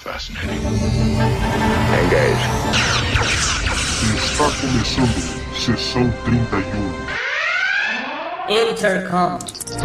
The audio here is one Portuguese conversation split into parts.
Fascinating. Engage. Está começando Sessão 31. Intercom.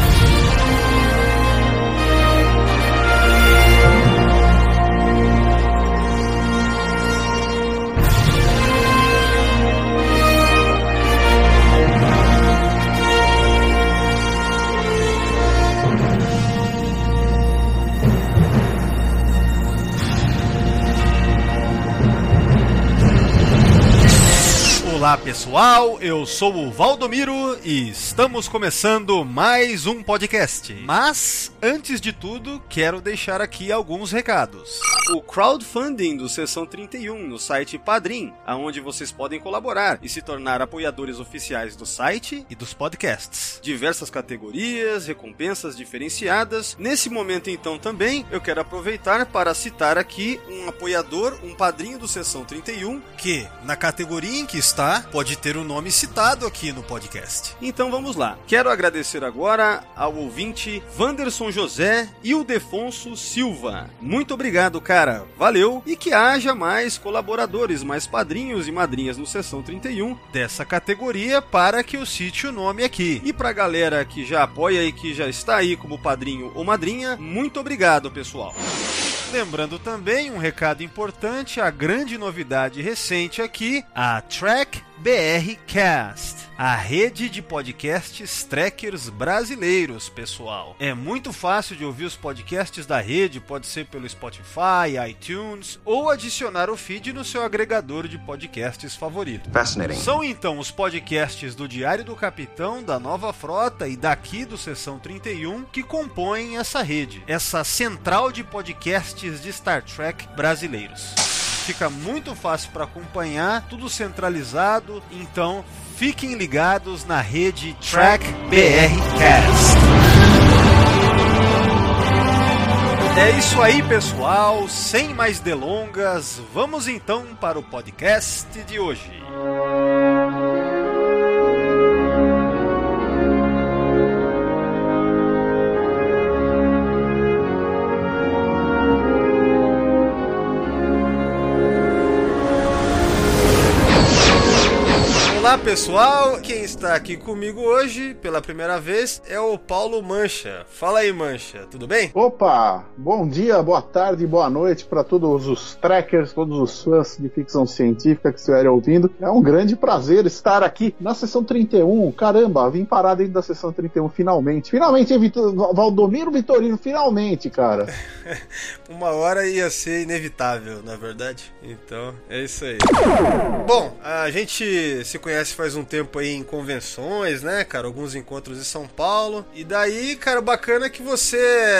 Olá pessoal, eu sou o Valdomiro e estamos começando mais um podcast. Mas, antes de tudo, quero deixar aqui alguns recados. O crowdfunding do Sessão 31 no site Padrim, onde vocês podem colaborar e se tornar apoiadores oficiais do site e dos podcasts. Diversas categorias, recompensas diferenciadas. Nesse momento então também, eu quero aproveitar para citar aqui um apoiador, um padrinho do Sessão 31, que, na categoria em que está, pode ter o nome citado aqui no podcast. Então vamos lá. Quero agradecer agora ao ouvinte Wanderson José Ildefonso Silva. Muito obrigado, cara. Valeu. E que haja mais colaboradores, mais padrinhos e madrinhas no Sessão 31 dessa categoria para que eu cite o nome aqui. E pra galera que já apoia e que já está aí como padrinho ou madrinha, muito obrigado, pessoal. Lembrando também um recado importante, a grande novidade recente aqui, a Trek BR Cast, a rede de podcasts trekkers brasileiros, pessoal. É muito fácil de ouvir os podcasts da rede, pode ser pelo Spotify, iTunes, ou adicionar o feed no seu agregador de podcasts favorito. Fascinating. São então os podcasts do Diário do Capitão, da Nova Frota e daqui do Sessão 31 que compõem essa rede, essa central de podcasts de Star Trek brasileiros. Fica muito fácil para acompanhar, tudo centralizado, então fiquem ligados na rede Trek BR Cast. É isso aí, pessoal, sem mais delongas, vamos então para o podcast de hoje. Olá pessoal, quem está aqui comigo hoje pela primeira vez é o Paulo Mancha. Fala aí, Mancha, tudo bem? Opa, bom dia, boa tarde, boa noite para todos os trekkers, todos os fãs de ficção científica que estiverem ouvindo. É um grande prazer estar aqui na Sessão 31. Caramba, vim parar dentro da Sessão 31 finalmente. Finalmente, hein, Valdomiro Vitorino, finalmente, cara. Uma hora ia ser inevitável, na verdade. Então, é isso aí. Bom, a gente se conhece faz um tempo aí em convenções, né, cara? Alguns encontros em São Paulo. E daí, cara, bacana é que você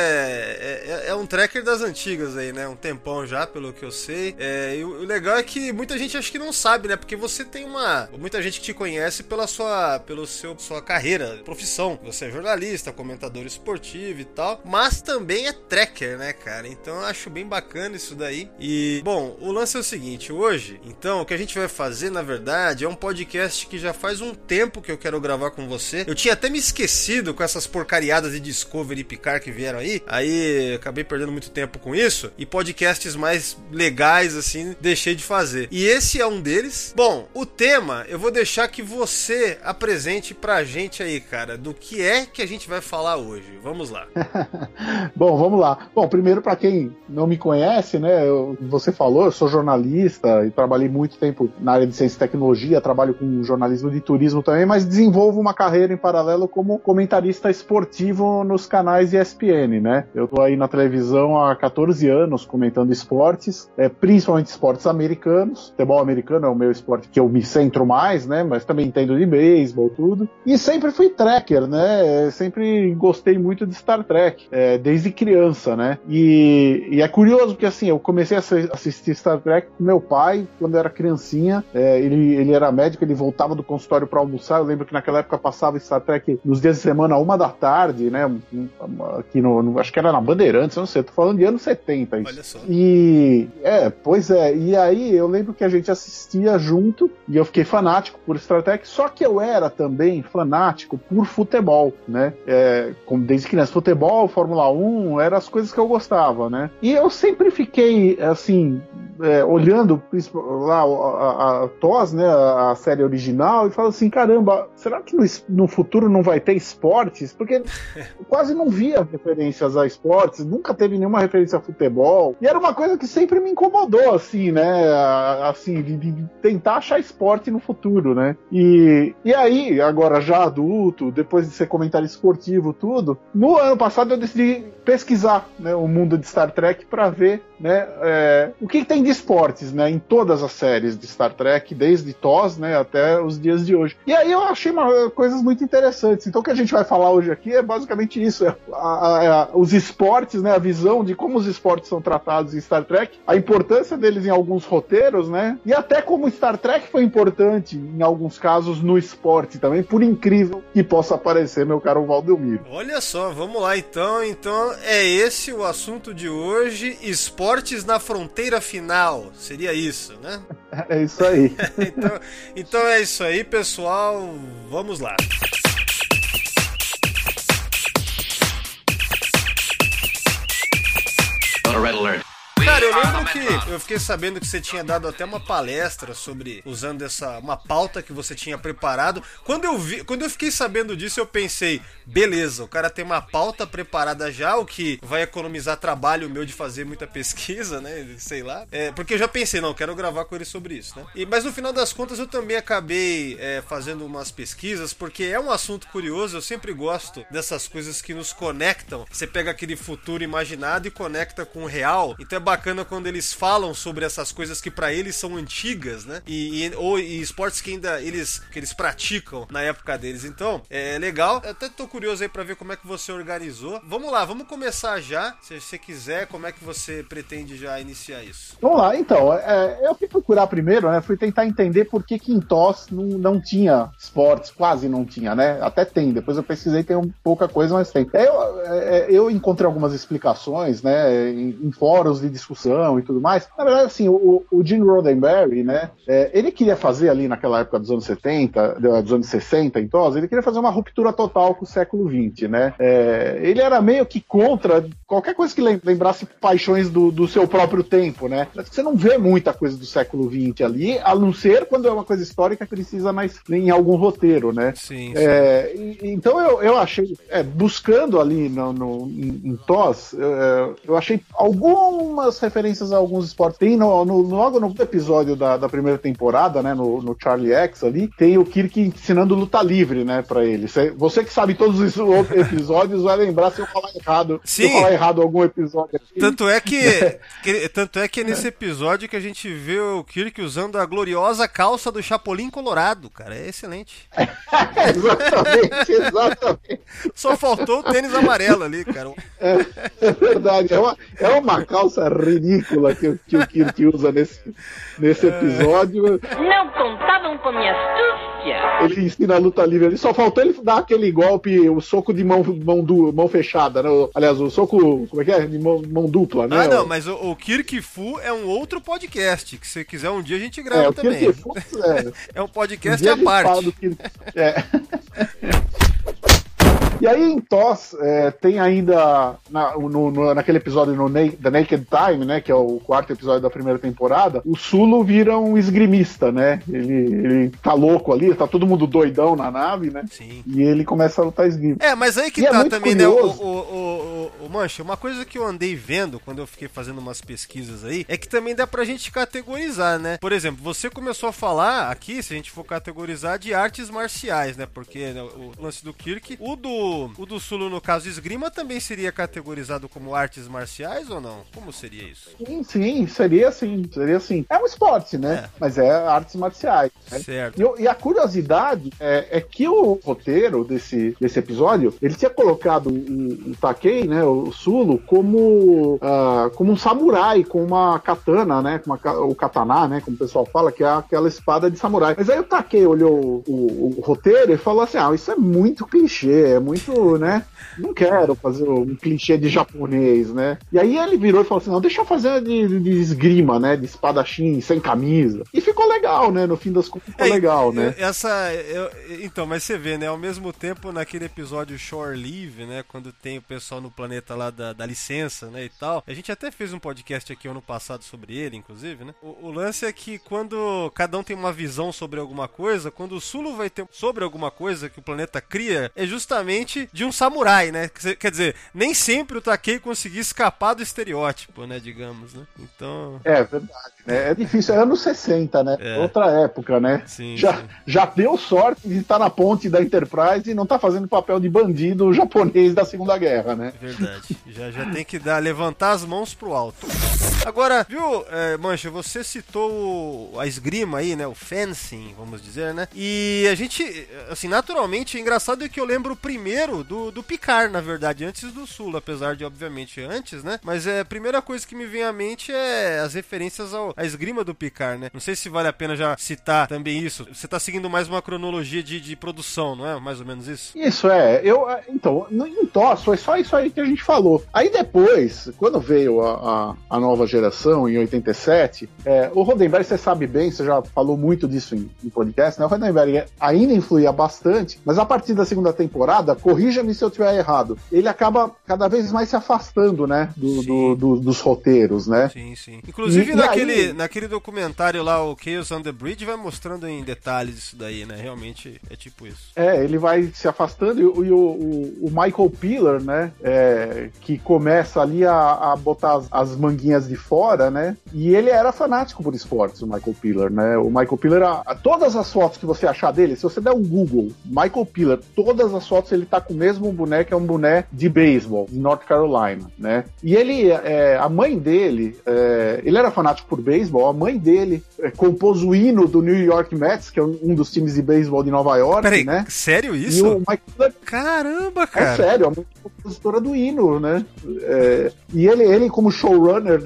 é um trekker das antigas aí, né? Um tempão já, pelo que eu sei. E o legal é que muita gente acho que não sabe, né? Porque você tem muita gente que te conhece pela sua carreira, profissão. Você é jornalista, comentador esportivo e tal. Mas também é trekker, né, cara? Então eu acho bem bacana isso daí. E, bom, o lance é o seguinte. Hoje, então, o que a gente vai fazer, na verdade, é um podcast que já faz um tempo que eu quero gravar com você. Eu tinha até me esquecido com essas porcariadas de Discovery e Picard que vieram aí acabei perdendo muito tempo com isso, e podcasts mais legais assim, deixei de fazer. E esse é um deles. Bom, o tema eu vou deixar que você apresente pra gente aí, cara, do que é que a gente vai falar hoje. Vamos lá. Bom, vamos lá. Bom, primeiro, para quem não me conhece, né, você falou, eu sou jornalista e trabalhei muito tempo na área de ciência e tecnologia, trabalho com jornalismo de turismo também, mas desenvolvo uma carreira em paralelo como comentarista esportivo nos canais ESPN, né? Eu tô aí na televisão há 14 anos comentando esportes, principalmente esportes americanos. Futebol americano é o meu esporte que eu me centro mais, né? Mas também entendo de beisebol, tudo. E sempre fui trekker, né? Sempre gostei muito de Star Trek, desde criança, né? E é curioso porque, assim, eu comecei a assistir Star Trek com meu pai quando eu era criancinha. Ele era médico, ele voltou voltava do consultório pra almoçar, eu lembro que naquela época passava Star Trek nos dias de semana, 1 da tarde, né? Aqui acho que era na Bandeirantes, eu não sei, tô falando de anos 70. Isso. Olha só. Pois é, e aí eu lembro que a gente assistia junto, e eu fiquei fanático por Star Trek, só que eu era também fanático por futebol, né? Desde criança, futebol, Fórmula 1, eram as coisas que eu gostava, né? E eu sempre fiquei, assim, olhando lá a TOS, né, a série original, e falo assim, caramba, será que no futuro não vai ter esportes? Porque eu quase não via referências a esportes, nunca teve nenhuma referência a futebol, e era uma coisa que sempre me incomodou, assim, né, assim, de tentar achar esporte no futuro, né, e aí, agora já adulto, depois de ser comentário esportivo, tudo, no ano passado eu decidi pesquisar, né, o mundo de Star Trek para ver, né, o que tem de esportes, né, em todas as séries de Star Trek, desde TOS, né, até os dias de hoje. E aí eu achei coisas muito interessantes. Então o que a gente vai falar hoje aqui é basicamente isso, os esportes, né, a visão de como os esportes são tratados em Star Trek, a importância deles em alguns roteiros, né, e até como Star Trek foi importante em alguns casos no esporte também, por incrível que possa parecer, meu caro Valdomiro. Olha só, vamos lá então é esse o assunto de hoje, esportes na fronteira final, seria isso, né? É isso aí. então é isso aí, pessoal, vamos lá. Red alert. Cara, eu lembro que eu fiquei sabendo que você tinha dado até uma palestra sobre, usando uma pauta que você tinha preparado. Quando eu fiquei sabendo disso, eu pensei, beleza, o cara tem uma pauta preparada já, o que vai economizar trabalho meu de fazer muita pesquisa, né, sei lá. Porque eu já pensei, não, quero gravar com ele sobre isso, né. Mas no final das contas eu também acabei fazendo umas pesquisas, porque é um assunto curioso, eu sempre gosto dessas coisas que nos conectam. Você pega aquele futuro imaginado e conecta com o real, então é bacana quando eles falam sobre essas coisas que pra eles são antigas, né? E esportes que ainda eles praticam na época deles. Então, é legal. Eu até tô curioso aí pra ver como é que você organizou. Vamos lá, vamos começar já. Se você quiser, como é que você pretende já iniciar isso? Vamos lá, então. Eu fui procurar primeiro, né? Fui tentar entender por que em TOS não tinha esportes, quase não tinha, né? Até tem. Depois eu pesquisei, tem pouca coisa, mas tem. Eu encontrei algumas explicações, né? Em fóruns de discussão e tudo mais. Na verdade, assim, o Gene Roddenberry, né, ele queria fazer ali naquela época dos anos 70, dos anos 60 em TOS, ele queria fazer uma ruptura total com o século XX, né. Ele era meio que contra qualquer coisa que lembrasse paixões do seu próprio tempo, né. Você não vê muita coisa do século XX ali, a não ser quando é uma coisa histórica que precisa em algum roteiro, né. Sim. Então eu achei, buscando ali em TOS, eu achei algumas referências a alguns esportes. Tem logo no episódio da primeira temporada, né, no Charlie X ali, tem o Kirk ensinando luta livre, né, pra ele. Você que sabe todos os episódios vai lembrar se eu falar errado. Sim. Se eu falar errado algum episódio aqui. Tanto é que nesse episódio que a gente vê o Kirk usando a gloriosa calça do Chapolin Colorado, cara, é excelente. Exatamente. Só faltou o tênis amarelo ali, cara. É verdade, é uma calça ridícula que o Kirk usa nesse episódio. Não contavam com minha astúcia. Ele ensina a luta livre, ele só faltou ele dar aquele golpe, o soco de mão fechada, né? Aliás, o soco, como é que é? De mão dupla, né? Ah, não, mas o Kirk Fu é um outro podcast, que se quiser um dia a gente grava também. Kirk Fu, é um podcast à parte. E aí em TOS tem ainda naquele episódio The Naked Time, né, que é o quarto episódio da primeira temporada, o Sulu vira um esgrimista, né? Ele tá louco ali, tá todo mundo doidão na nave, né? Sim. E ele começa a lutar esgrima. Mas aí que tá também, curioso, né? Mancha, uma coisa que eu andei vendo quando eu fiquei fazendo umas pesquisas aí, é que também dá pra gente categorizar, né? Por exemplo, você começou a falar aqui, se a gente for categorizar, de artes marciais, né? Porque, né, o lance do Kirk, o do o do Sulu, no caso esgrima, também seria categorizado como artes marciais ou não? Como seria isso? Sim, seria sim. É um esporte, né? Mas é artes marciais. Né? Certo. E a curiosidade é que o roteiro desse episódio, ele tinha colocado o Takei, né, o Sulu, como um samurai, com uma katana, né, com o katana, né, como o pessoal fala, que é aquela espada de samurai. Mas aí o Takei olhou o roteiro e falou assim, isso é muito clichê, é muito, né, não quero fazer um clichê de japonês, né. E aí ele virou e falou assim, não, deixa eu fazer de esgrima, né, de espadachim, sem camisa. E ficou legal, né, no fim das contas ficou legal, né. Então, mas você vê, né, ao mesmo tempo naquele episódio Shore Leave, né, quando tem o pessoal no planeta lá da licença, né, e tal, a gente até fez um podcast aqui ano passado sobre ele, inclusive, né, o lance é que quando cada um tem uma visão sobre alguma coisa, quando o Sulu vai ter sobre alguma coisa que o planeta cria, é justamente de um samurai, né, quer dizer, nem sempre o Takei conseguia escapar do estereótipo, né, digamos, né, então... É verdade, né, é difícil, é anos 60, né, outra época, né, sim. Já deu sorte de estar na ponte da Enterprise e não tá fazendo papel de bandido japonês da Segunda Guerra, né? Verdade. Já tem que levantar as mãos pro alto. Agora, viu, Mancha, você citou a esgrima aí, né? O fencing, vamos dizer, né? E a gente, assim, naturalmente, é engraçado que eu lembro primeiro do Picard, na verdade, antes do Sulu, apesar de, obviamente, antes, né? Mas a primeira coisa que me vem à mente é as referências à esgrima do Picard, né? Não sei se vale a pena já citar também isso. Você tá seguindo mais uma cronologia de produção, não é? Mais ou menos isso? Isso, então, foi só isso aí que a gente falou. Aí depois, quando veio a nova geração, em 87, o Roddenberry, você sabe bem, você já falou muito disso em podcast, né? O Roddenberry ainda influía bastante, mas a partir da segunda temporada, corrija-me se eu estiver errado, ele acaba cada vez mais se afastando, né? Dos roteiros, né? Sim. Inclusive, naquele documentário lá, o Chaos on the Bridge, vai mostrando em detalhes isso daí, né? Realmente é tipo isso. Ele vai se afastando e o Michael Piller, né? Que começa ali a botar as manguinhas de fora, né? E ele era fanático por esportes, o Michael Piller, né? O Michael Piller, todas as fotos que você achar dele, se você der um Google, Michael Piller, todas as fotos ele tá com o mesmo boneco, é um boneco de beisebol, de North Carolina, né? E ele, a mãe dele, ele era fanático por beisebol, a mãe dele compôs o hino do New York Mets, que é um dos times de beisebol de Nova York. Peraí, né? Sério isso? E o Michael... Caramba, cara! É sério, a mãe é compositora do hino, né? E ele como showrunner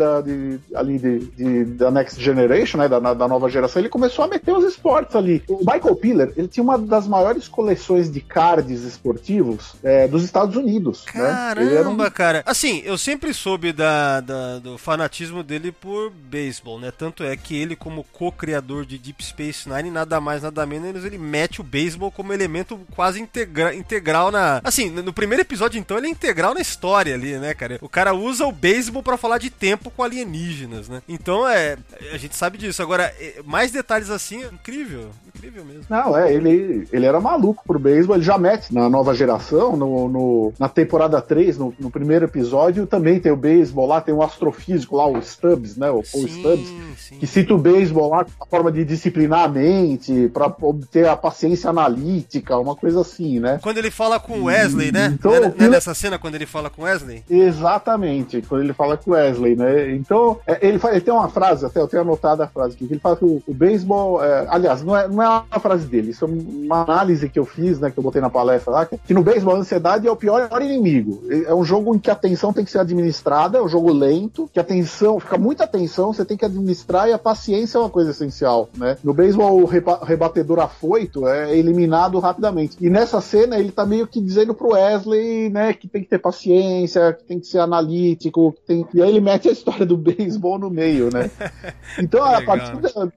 da Next Generation, né? Da nova geração, ele começou a meter os esportes ali. O Michael Piller, ele tinha uma das maiores coleções de cards esportivos dos Estados Unidos. Caramba, cara! Assim, eu sempre soube do fanatismo dele por beisebol, né? Tanto é que ele, como co-criador de Deep Space Nine, nada mais, nada menos, ele mete o beisebol como elemento quase integral na... Assim, no primeiro episódio, então, ele é integral na história ali, né, cara? O cara usa o beisebol pra falar de tempo com alienígenas, né? Então, a gente sabe disso. Agora, mais detalhes assim, incrível mesmo. Não, ele era maluco por beisebol, ele já mete na nova geração, na temporada 3, no primeiro episódio, também tem o beisebol lá, tem um astrofísico lá, o Stubbs, né, o Paul Stubbs, que cita o beisebol lá como uma forma de disciplinar a mente, pra obter a paciência analítica, uma coisa assim, né? Quando ele fala com o Wesley, né? Então, não é nessa cena quando ele fala com o Wesley? Exatamente, quando ele fala com o Wesley, né? Então, ele tem uma frase, até eu tenho anotado a frase aqui, que ele fala que o beisebol, aliás, não é uma frase dele, isso é uma análise que eu fiz, né, que eu botei na palestra lá, que no beisebol a ansiedade é o pior inimigo. É um jogo em que a atenção tem que ser administrada, é um jogo lento, que a atenção, fica muita atenção, você tem que administrar e a paciência é uma coisa essencial, né? No beisebol, o rebatedor afoito é eliminado rapidamente. E nessa cena ele tá meio que dizendo pro Wesley, né, que tem que ter paciência, que tem que ser analítico, e aí ele mete a história do beisebol no meio, né? Então, a partir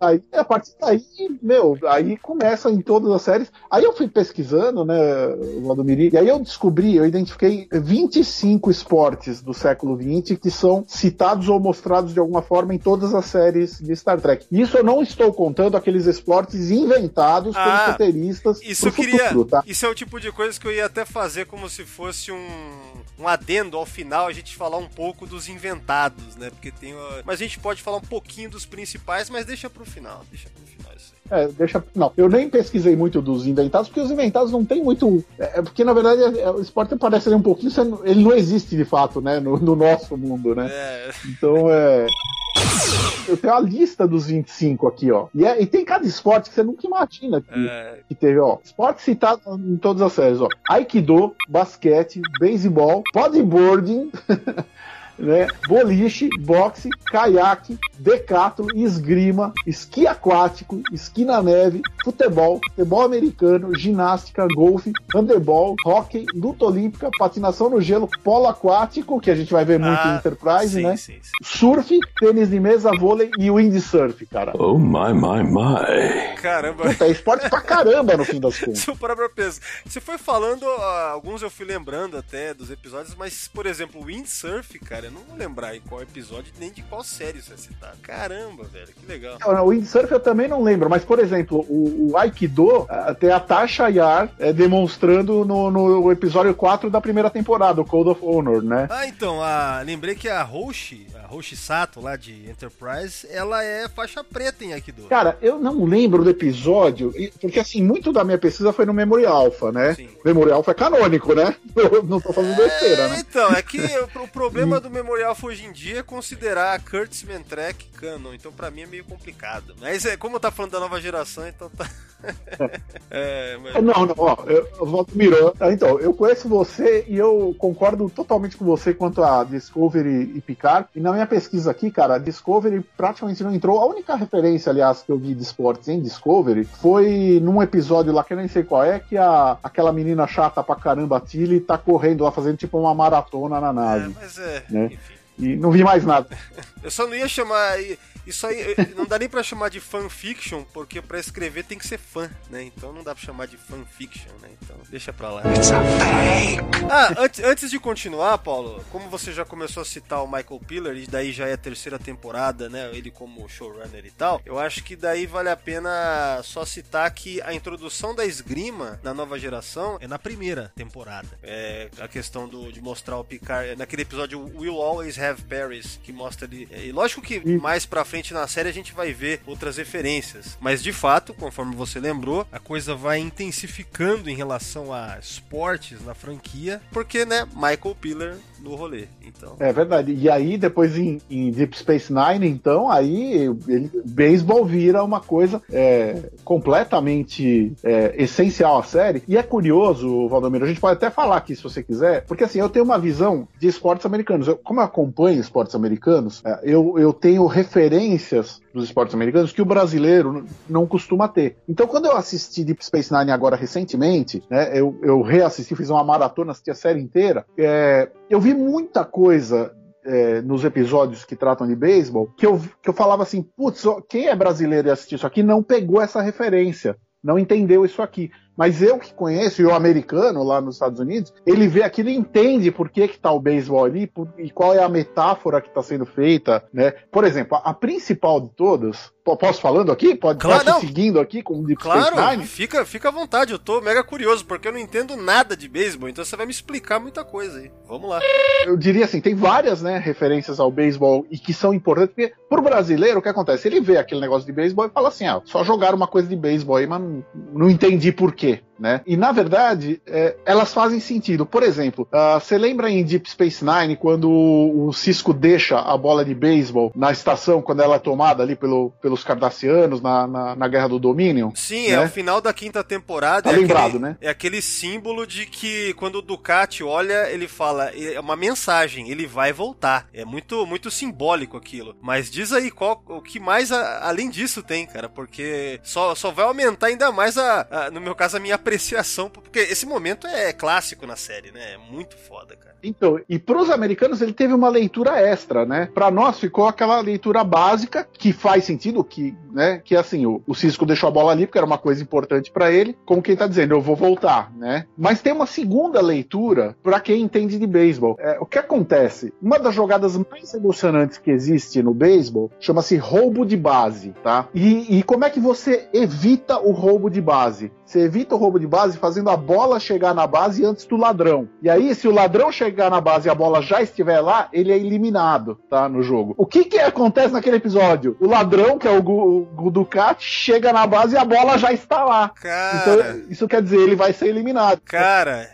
daí, meu, aí começa em todas as séries. Aí eu fui pesquisando, né, Valdomiro, e aí eu identifiquei 25 esportes do século XX que são citados ou mostrados de alguma forma em todas as séries de Star Trek. Isso eu não estou contando aqueles esportes inventados pelos roteiristas pro futuro, tá? Isso é o tipo de coisa que eu ia até fazer como se fosse um adendo ao final, a gente falar um pouco dos inventados, né? Porque mas a gente pode falar um pouquinho dos principais, mas deixa pro final isso Não, eu nem pesquisei muito dos inventados, porque os inventados não tem muito. Porque na verdade o esporte parece um pouquinho. Ele não existe de fato, né? No nosso mundo, né? Então eu tenho a lista dos 25 aqui, ó. E tem cada esporte que você nunca imagina que teve, ó. Esporte citado em todas as séries, ó. Aikido, basquete, beisebol, bodyboarding. Né? Boliche, boxe, caiaque, decathlon, esgrima, esqui aquático, esqui na neve, futebol americano, ginástica, golfe, handebol, hóquei, luta olímpica, patinação no gelo, polo aquático, que a gente vai ver muito em Enterprise, sim, né? Sim. Surf, tênis de mesa, vôlei e windsurf, cara. Oh, my. Caramba. Puta, é esporte pra caramba, no fim das contas. Se eu parar pra pensar. Você foi falando, alguns eu fui lembrando até dos episódios, mas, por exemplo, windsurf, cara, eu não vou lembrar em qual episódio nem de qual série você vai citar. Caramba, velho, que legal. O windsurf eu também não lembro, mas, por exemplo, o Aikido tem a Tasha Yar demonstrando no episódio 4 da primeira temporada, o Code of Honor, né? Então, lembrei que a Roshi Sato, lá de Enterprise, ela é faixa preta em Aikido. Cara, eu não lembro do episódio, porque, assim, muito da minha pesquisa foi no Memory Alpha, né? Sim. Memory Alpha é canônico, né? Eu não tô fazendo besteira, né? Então, é que o problema do Memory Alpha hoje em dia é considerar a Kurtzman Trek canon, então pra mim é meio complicado. Mas como tá falando da nova geração, então tá... Não, ó, eu volto mirando. Então, eu conheço você e eu concordo totalmente com você quanto a Discovery e Picard. E na minha pesquisa aqui, cara, a Discovery praticamente não entrou. A única referência, aliás, que eu vi de esportes em Discovery foi num episódio lá que eu nem sei qual é, que aquela menina chata pra caramba, a Tilly, tá correndo lá, fazendo tipo uma maratona na nave. Né? Enfim. E não vi mais nada. Eu só não ia chamar... Isso aí não dá nem pra chamar de fanfiction, porque pra escrever tem que ser fã, né? Então não dá pra chamar de fanfiction, né? Então deixa pra lá. Antes de continuar, Paulo, como você já começou a citar o Michael Piller, e daí já é a terceira temporada, né? Ele como showrunner e tal, eu acho que daí vale a pena só citar que a introdução da esgrima na nova geração é na primeira temporada. É a questão de mostrar o Picard, naquele episódio We'll Always Have Paris, que mostra ele... E lógico que mais pra frente na série a gente vai ver outras referências, mas de fato, conforme você lembrou, a coisa vai intensificando em relação a esportes na franquia, porque, né, Michael Piller no rolê, então... É verdade, e aí depois em Deep Space Nine, então, aí beisebol vira uma coisa completamente essencial à série, e é curioso, Valdomiro, a gente pode até falar aqui se você quiser, porque assim, eu tenho uma visão de esportes americanos, como eu acompanho esportes americanos, eu tenho referências dos esportes americanos que o brasileiro não costuma ter. Então, quando eu assisti Deep Space Nine agora recentemente, né, eu reassisti, fiz uma maratona, assisti a série inteira, eu vi muita coisa nos episódios que tratam de beisebol, que eu falava assim, putz, quem é brasileiro e assistiu isso aqui não pegou essa referência, não entendeu isso aqui. Mas eu que conheço, e o americano lá nos Estados Unidos, ele vê aquilo e entende por que tá o beisebol ali e qual é a metáfora que está sendo feita, né? Por exemplo, a principal de todas, posso falando aqui? Pode estar seguindo aqui com o Deep Space Nine? Fica à vontade, eu tô mega curioso, porque eu não entendo nada de beisebol, então você vai me explicar muita coisa aí. Vamos lá. Eu diria assim, tem várias, né, referências ao beisebol e que são importantes, porque pro brasileiro, o que acontece? Ele vê aquele negócio de beisebol e fala assim, só jogaram uma coisa de beisebol aí, mas não entendi por quê. Né? E na verdade elas fazem sentido. Por exemplo, você lembra em Deep Space Nine quando o Cisco deixa a bola de beisebol na estação quando ela é tomada ali pelos Cardassianos na Guerra do Dominion? Sim, né? É o final da quinta temporada. Tá lembrado, né? É aquele símbolo de que quando o Ducati olha, ele fala, é uma mensagem, ele vai voltar. É muito, muito simbólico aquilo. Mas diz aí o que mais além disso tem, cara, porque só vai aumentar ainda mais no meu caso a minha apreciação, porque esse momento é clássico na série, né? É muito foda, cara. Então, e pros americanos ele teve uma leitura extra, né? Pra nós ficou aquela leitura básica, que faz sentido, que assim, o Cisco deixou a bola ali porque era uma coisa importante pra ele, como quem tá dizendo, eu vou voltar, né? Mas tem uma segunda leitura pra quem entende de beisebol. O que acontece? Uma das jogadas mais emocionantes que existe no beisebol chama-se roubo de base, tá? E como é que você evita o roubo de base? você evita o roubo de base fazendo a bola chegar na base antes do ladrão. E aí, se o ladrão chegar na base e a bola já estiver lá, ele é eliminado, tá, no jogo. O que acontece naquele episódio? O ladrão, que é o Ducati, chega na base e a bola já está lá. Cara... Então, isso quer dizer, ele vai ser eliminado. Cara...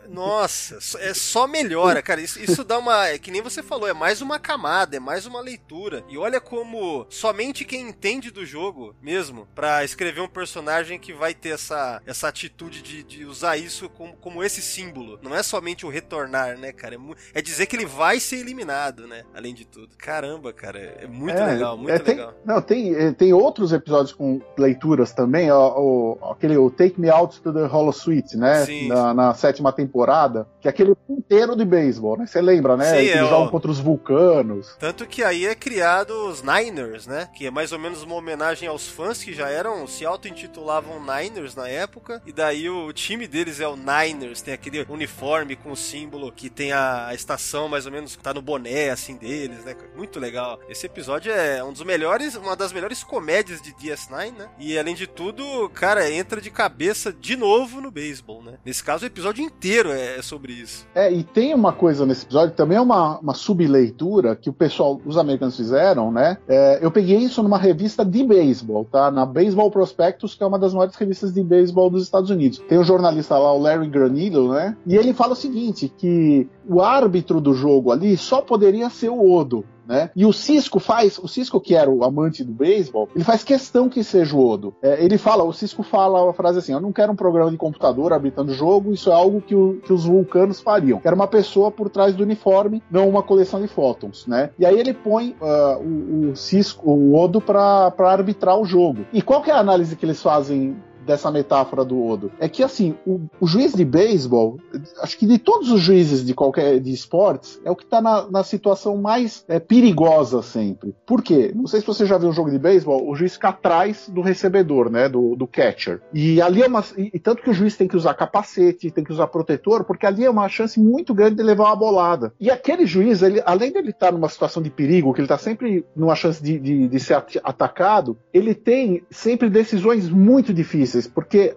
Nossa, é só melhora, cara. Isso dá uma... É que nem você falou, é mais uma camada, é mais uma leitura. E olha como somente quem entende do jogo mesmo, pra escrever um personagem que vai ter essa atitude de usar isso como esse símbolo. Não é somente o retornar, né, cara? É dizer que ele vai ser eliminado, né? Além de tudo. Caramba, cara, é muito legal, muito legal. Tem outros episódios com leituras também, aquele Take Me Out to the Holosuite, né? Sim. Na 7ª temporada, que é aquele inteiro de beisebol, né? Você lembra, né? Sim, que eles jogam contra os vulcanos. Tanto que aí é criado os Niners, né? Que é mais ou menos uma homenagem aos fãs que já se auto-intitulavam Niners na época, e daí o time deles é o Niners, tem aquele uniforme com o símbolo que tem a estação mais ou menos, tá no boné, assim, deles, né? Muito legal. Esse episódio é uma das melhores comédias de DS9, né? E além de tudo, cara, entra de cabeça de novo no beisebol, né? Nesse caso, o episódio inteiro é sobre isso. E tem uma coisa nesse episódio, também é uma subleitura que os americanos fizeram, né? Eu peguei isso numa revista de beisebol, tá? Na Baseball Prospectus, que é uma das maiores revistas de beisebol dos Estados Unidos. Tem um jornalista lá, o Larry Granillo, né? E ele fala o seguinte, que o árbitro do jogo ali só poderia ser o Odo, né? E o Cisco, que era o amante do beisebol, ele faz questão que seja o Odo. O Cisco fala a frase assim: eu não quero um programa de computador arbitrando o jogo, isso é algo que os vulcanos fariam. Quero uma pessoa por trás do uniforme, não uma coleção de fótons, né? E aí ele põe o Cisco, o Odo, para arbitrar o jogo. E qual que é a análise que eles fazem dessa metáfora do Odo? É que, assim, o juiz de beisebol, acho que de todos os juízes de esportes, é o que tá na situação mais perigosa sempre. Por quê? Não sei se você já viu um jogo de beisebol, o juiz fica atrás do recebedor, né, do catcher. E ali e tanto que o juiz tem que usar capacete, tem que usar protetor, porque ali é uma chance muito grande de levar uma bolada. E aquele juiz, além de ele estar numa situação de perigo, que ele tá sempre numa chance de ser atacado, ele tem sempre decisões muito difíceis, porque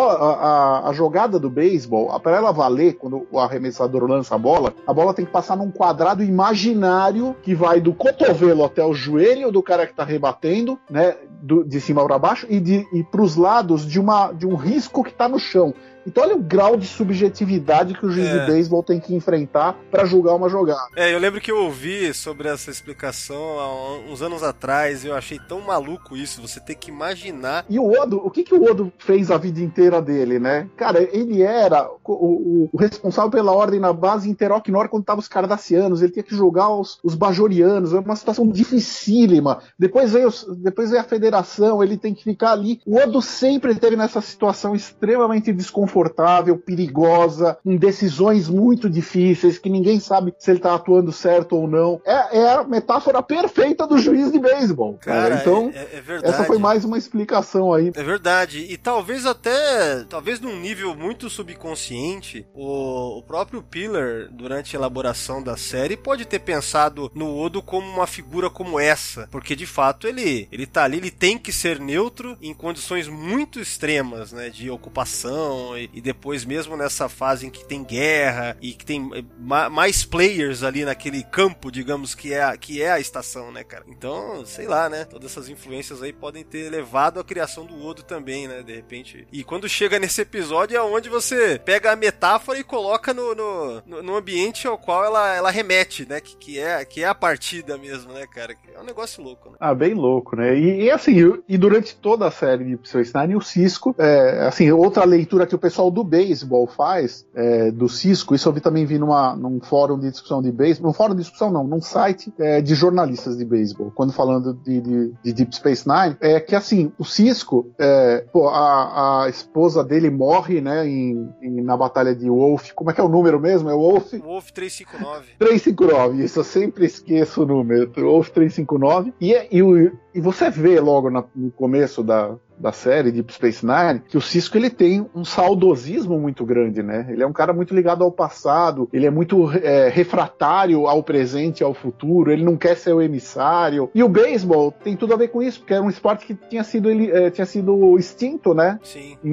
a jogada do beisebol, para ela valer, quando o arremessador lança a bola tem que passar num quadrado imaginário que vai do cotovelo até o joelho do cara que está rebatendo, né, de cima para baixo, e para os lados de um risco que está no chão. Então olha o grau de subjetividade que o juiz de beisebol tem que enfrentar para julgar uma jogada. Eu lembro que eu ouvi sobre essa explicação há uns anos atrás, e eu achei tão maluco isso, você ter que imaginar. E o Odo, o que o Odo fez a vida inteira dele, né? Cara, ele era o responsável pela ordem na base em Terok-Nor quando estavam os cardassianos, ele tinha que jogar os bajorianos, é uma situação dificílima. Depois veio a federação, ele tem que ficar ali. O Odo sempre esteve nessa situação extremamente desconfortável, perigosa, em decisões muito difíceis, que ninguém sabe se ele está atuando certo ou não. É a metáfora perfeita do juiz de beisebol. Cara, então, é verdade. Essa foi mais uma explicação aí. É verdade. E talvez num nível muito subconsciente, o próprio Pillar, durante a elaboração da série, pode ter pensado no Odo como uma figura como essa, porque de fato ele tá ali, ele tem que ser neutro em condições muito extremas, né, de ocupação, e depois mesmo nessa fase em que tem guerra e que tem mais players ali naquele campo, digamos, que é a estação, né, cara? Então, sei lá, né? Todas essas influências aí podem ter levado à criação do Odo também, né? De repente. E quando chega nesse episódio é onde você pega a metáfora e coloca no ambiente ao qual ela remete, né? Que é a partida mesmo, né, cara? É um negócio louco, né? Bem louco, né? E assim, durante toda a série de Space Nine, o Cisco, assim, outra leitura que o pessoal do beisebol faz, do Cisco, isso eu também vi num fórum de discussão de beisebol, num fórum de discussão não, num site de jornalistas de beisebol, quando falando de Deep Space Nine, é que assim, o Cisco, a esposa dele morre, né, na batalha de Wolf, como é que é o número mesmo? É o Wolf? Wolf 359. 359, isso eu sempre esqueço o número, Wolf 359, e você vê logo no começo da série Deep Space Nine, que o Sisko ele tem um saudosismo muito grande, né? Ele é um cara muito ligado ao passado, ele é muito refratário ao presente e ao futuro, ele não quer ser o emissário. E o beisebol tem tudo a ver com isso, porque era um esporte que tinha sido extinto, né? Sim. Em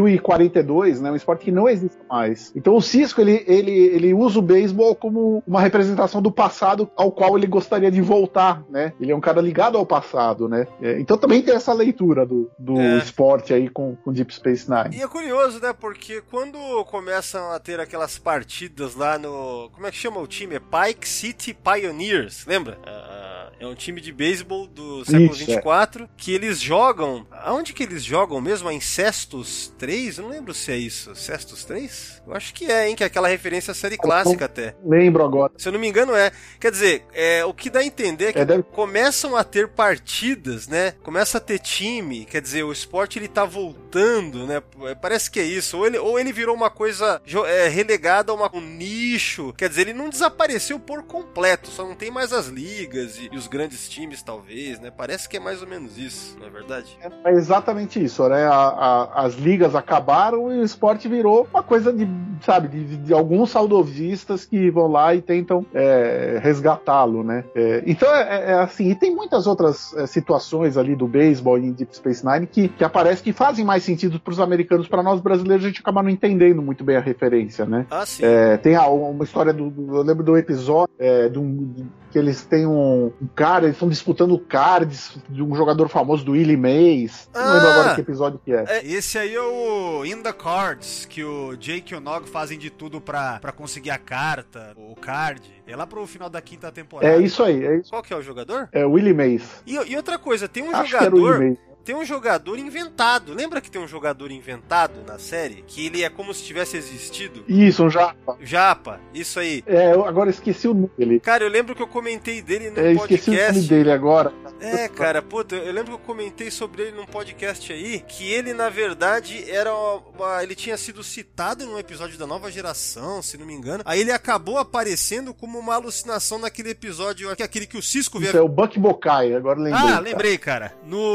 2042, né? Um esporte que não existe mais. Então o Sisko, ele usa o beisebol como uma representação do passado ao qual ele gostaria de voltar, né? Ele é um cara ligado ao passado, né? Então também tem essa leitura do esporte aí com Deep Space Nine. E é curioso, né? Porque quando começam a ter aquelas partidas lá no... Como é que chama o time? É Pike City Pioneers, lembra? É um time de beisebol do século 24, que eles jogam... Aonde que eles jogam mesmo? Em Cestus 3? Eu não lembro se é isso. Cestus 3? Eu acho que é, hein? Que é aquela referência à série clássica até. Lembro agora. Se eu não me engano é. Quer dizer, o que dá a entender é que começam a ter partidas, né? Começa a ter time, quer dizer, o esporte ele tá voltando, né? Parece que é isso. Ou ele virou uma coisa relegada a um nicho. Quer dizer, ele não desapareceu por completo, só não tem mais as ligas e os grandes times, talvez, né? Parece que é mais ou menos isso, não é verdade? É exatamente isso, né? As ligas acabaram e o esporte virou uma coisa de alguns saudosistas que vão lá e tentam resgatá-lo, né? Então assim, e tem muitas outras situações ali do beisebol em Deep Space Nine que aparece que fazem mais sentido para os americanos, para nós brasileiros a gente acaba não entendendo muito bem a referência, né? Ah, sim. Tem uma história eu lembro do episódio que eles têm um cara, eles estão disputando cards de um jogador famoso do Willie Mays. Não lembro agora que episódio que é. Esse aí é o In the Cards, que o Jake e o Nog fazem de tudo pra conseguir a carta, o card. É lá pro final da 5ª temporada. É isso aí. Qual que é o jogador? É o Willie Mays. E outra coisa, tem um Acho jogador... que era o Willie Mays. Tem um jogador inventado. Lembra que tem um jogador inventado na série? Que ele é como se tivesse existido? Isso, um Japa. Japa, isso aí. Agora esqueci o nome dele. Cara, eu lembro que eu comentei dele no podcast. Esqueci o nome dele agora. Cara, puta, eu lembro que eu comentei sobre ele num podcast aí, que ele, na verdade, ele tinha sido citado num episódio da Nova Geração, se não me engano. Aí ele acabou aparecendo como uma alucinação naquele episódio, aquele que o Sisko Isso é o Buck Bokai, agora lembrei. Lembrei, cara.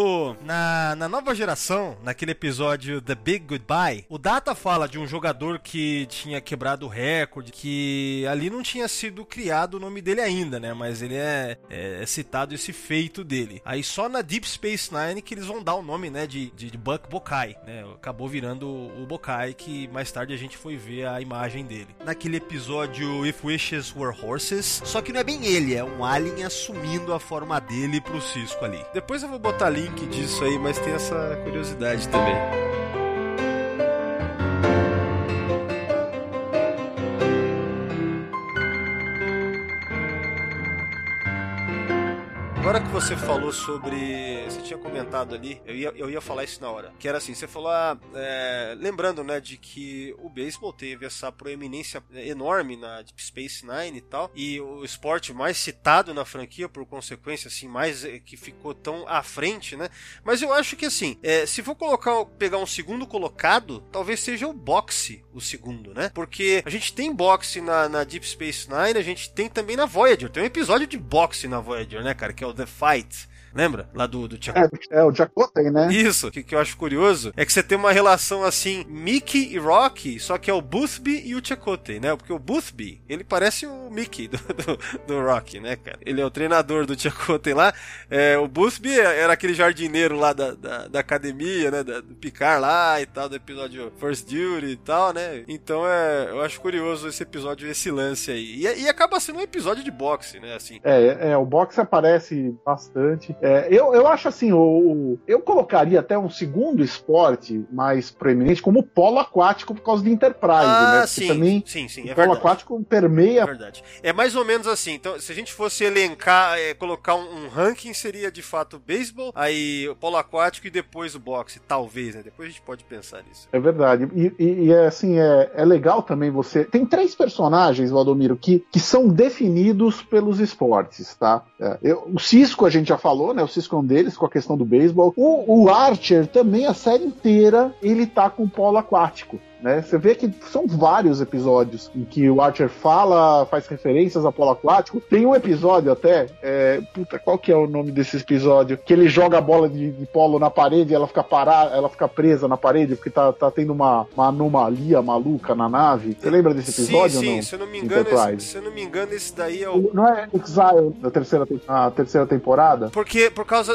Na Nova Geração, naquele episódio The Big Goodbye, o Data fala de um jogador que tinha quebrado o recorde, que ali não tinha sido criado o nome dele ainda, né? Mas ele é citado esse feito dele. Aí só na Deep Space Nine que eles vão dar o nome, né, de Buck Bokai, né? Acabou virando o Bokai, que mais tarde a gente foi ver a imagem dele. Naquele episódio If Wishes Were Horses, só que não é bem ele, é um alien assumindo a forma dele pro Sisko ali. Depois eu vou botar link disso aí, mas tem essa curiosidade também. Agora que você falou sobre... Você tinha comentado ali, eu ia falar isso na hora. Que era assim, você falou... lembrando, né, de que o beisebol teve essa proeminência enorme na Deep Space Nine e tal. E o esporte mais citado na franquia, por consequência, assim, mais que ficou tão à frente, né? Mas eu acho que, assim, se for pegar um segundo colocado, talvez seja o boxe o segundo, né? Porque a gente tem boxe na Deep Space Nine, a gente tem também na Voyager. Tem um episódio de boxe na Voyager, né, cara? Que é o The Fight. Lembra? Lá do Chakotay. O Chakotay, né? Isso. O que eu acho curioso é que você tem uma relação assim, Mickey e Rocky, só que é o Boothby e o Chakotay, né? Porque o Boothby, ele parece o Mickey do Rocky, né, cara? Ele é o treinador do Chakotay lá. O Boothby era aquele jardineiro lá da academia, né? Do Picard lá e tal, do episódio First Duty e tal, né? Então eu acho curioso esse episódio, esse lance aí. E acaba sendo um episódio de boxe, né? Assim. O boxe aparece bastante. Eu acho assim, eu colocaria até um segundo esporte mais proeminente como o polo aquático por causa de Enterprise, né? Porque sim, também sim, o polo aquático permeia... É verdade. É mais ou menos assim, então, se a gente fosse elencar, colocar um ranking, seria de fato o beisebol, aí o polo aquático e depois o boxe, talvez, né? Depois a gente pode pensar nisso. É verdade. E assim, é legal também você... Tem 3 personagens, Valdomiro, que são definidos pelos esportes, tá? O Sisko a gente já falou, né? O Sisko é um deles, com a questão do beisebol. O Archer também, a série inteira, ele tá com o polo aquático. né? Você vê que são vários episódios em que o Archer faz referências a polo aquático. Tem um episódio até, qual que é o nome desse episódio? Que ele joga a bola de polo na parede e ela fica parada, ela fica presa na parede porque tá tendo uma anomalia maluca na nave. Você lembra desse episódio? Sim, ou não? Se eu não me engano, esse daí é o... Não é Exile da terceira temporada? Porque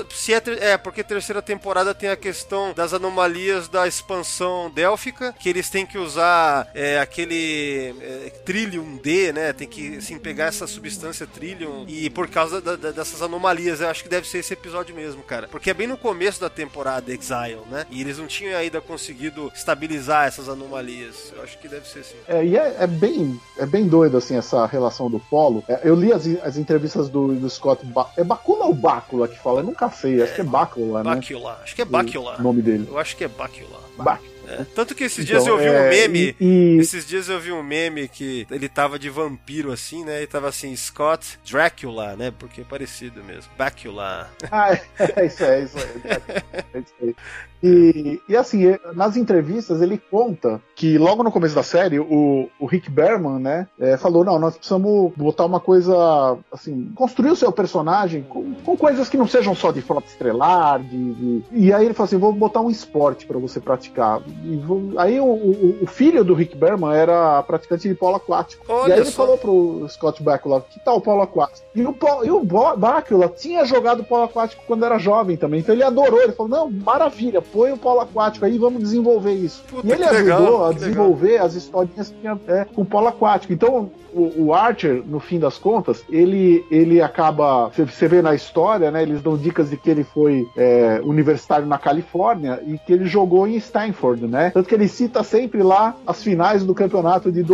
a terceira temporada tem a questão das anomalias da expansão délfica, que eles têm que usar aquele Trillium D, né? Tem que assim, pegar essa substância Trillium, e por causa dessas anomalias, eu acho que deve ser esse episódio mesmo, cara. Porque é bem no começo da temporada Exile, né? E eles não tinham ainda conseguido estabilizar essas anomalias. Eu acho que deve ser sim. E é bem doido, assim, essa relação do polo. Eu li as entrevistas do Scott é Bakula ou Bácula que fala? Eu nunca sei, acho que é Bácula, né? Bácula, acho que é Bácula. O nome dele. Eu acho que é Bácula. Bácula. Tanto que esses dias eu vi um meme. E... Esses dias eu vi um meme que ele tava de vampiro assim, né? E tava assim, Scott Drácula, né? Porque é parecido mesmo. Bácula. É isso aí. É isso aí. E assim, nas entrevistas ele conta que logo no começo da série o Rick Berman, né, falou, não, nós precisamos botar uma coisa assim, construir o seu personagem com coisas que não sejam só de frota estelar, e aí ele falou assim, vou botar um esporte pra você praticar. Aí o filho do Rick Berman era praticante de polo aquático. Olha, e aí ele falou pro Scott Bakula, que tal o polo aquático? E o Bakula tinha jogado polo aquático quando era jovem também, então ele adorou, ele falou, não, maravilha, põe o polo aquático aí, vamos desenvolver isso. Puta, e ele ajudou a desenvolver as historinhas que tinha com polo aquático. Então o Archer, no fim das contas, ele acaba, você vê na história, né, eles dão dicas de que ele foi universitário na Califórnia e que ele jogou em Stanford, né? Tanto que ele cita sempre lá as finais do campeonato de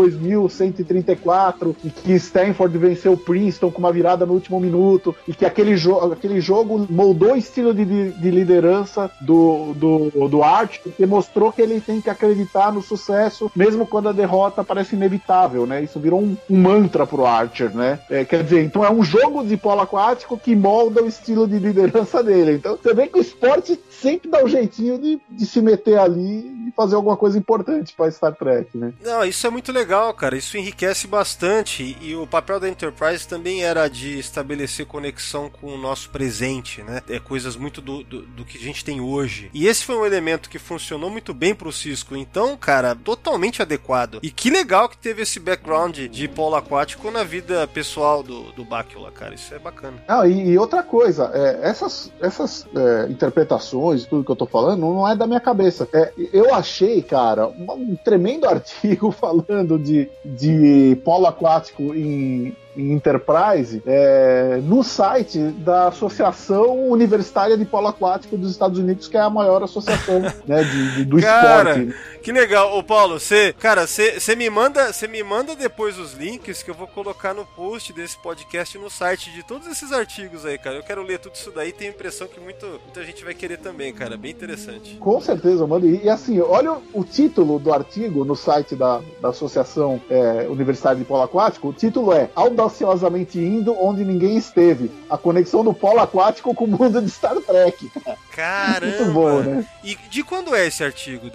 2134 e que Stanford venceu Princeton com uma virada no último minuto e que aquele jogo moldou o estilo de liderança do Archer, porque mostrou que ele tem que acreditar no sucesso mesmo quando a derrota parece inevitável, né? Isso virou um mantra pro Archer, né? Quer dizer, então é um jogo de polo aquático que molda o estilo de liderança dele. Então você vê que o esporte sempre dá um jeitinho de se meter ali e fazer alguma coisa importante pra Star Trek, né? Não, isso é muito legal, cara. Isso enriquece bastante, e o papel da Enterprise também era de estabelecer conexão com o nosso presente, né? Coisas muito do que a gente tem hoje. E esse foi um elemento que funcionou muito bem pro Cisco. Então, cara, totalmente adequado. E que legal que teve esse background de polo aquático na vida pessoal do Bakula, cara. Isso é bacana. E outra coisa, essas interpretações, tudo que eu tô falando, não é da minha cabeça. Eu achei, cara, um tremendo artigo falando de polo aquático em Enterprise no site da Associação Universitária de Polo Aquático dos Estados Unidos, que é a maior associação, né, do esporte. Que legal. Ô Paulo, você me manda depois os links que eu vou colocar no post desse podcast no site de todos esses artigos aí, cara. Eu quero ler tudo isso daí, tenho a impressão que muita gente vai querer também, cara. Bem interessante. Com certeza, mano. E assim, olha o título do artigo no site da Associação Universitária de Polo Aquático. O título é Audaciosamente Indo Onde Ninguém Esteve. A conexão do polo aquático com o mundo de Star Trek. Caramba! Muito bom, né? E de quando é esse artigo?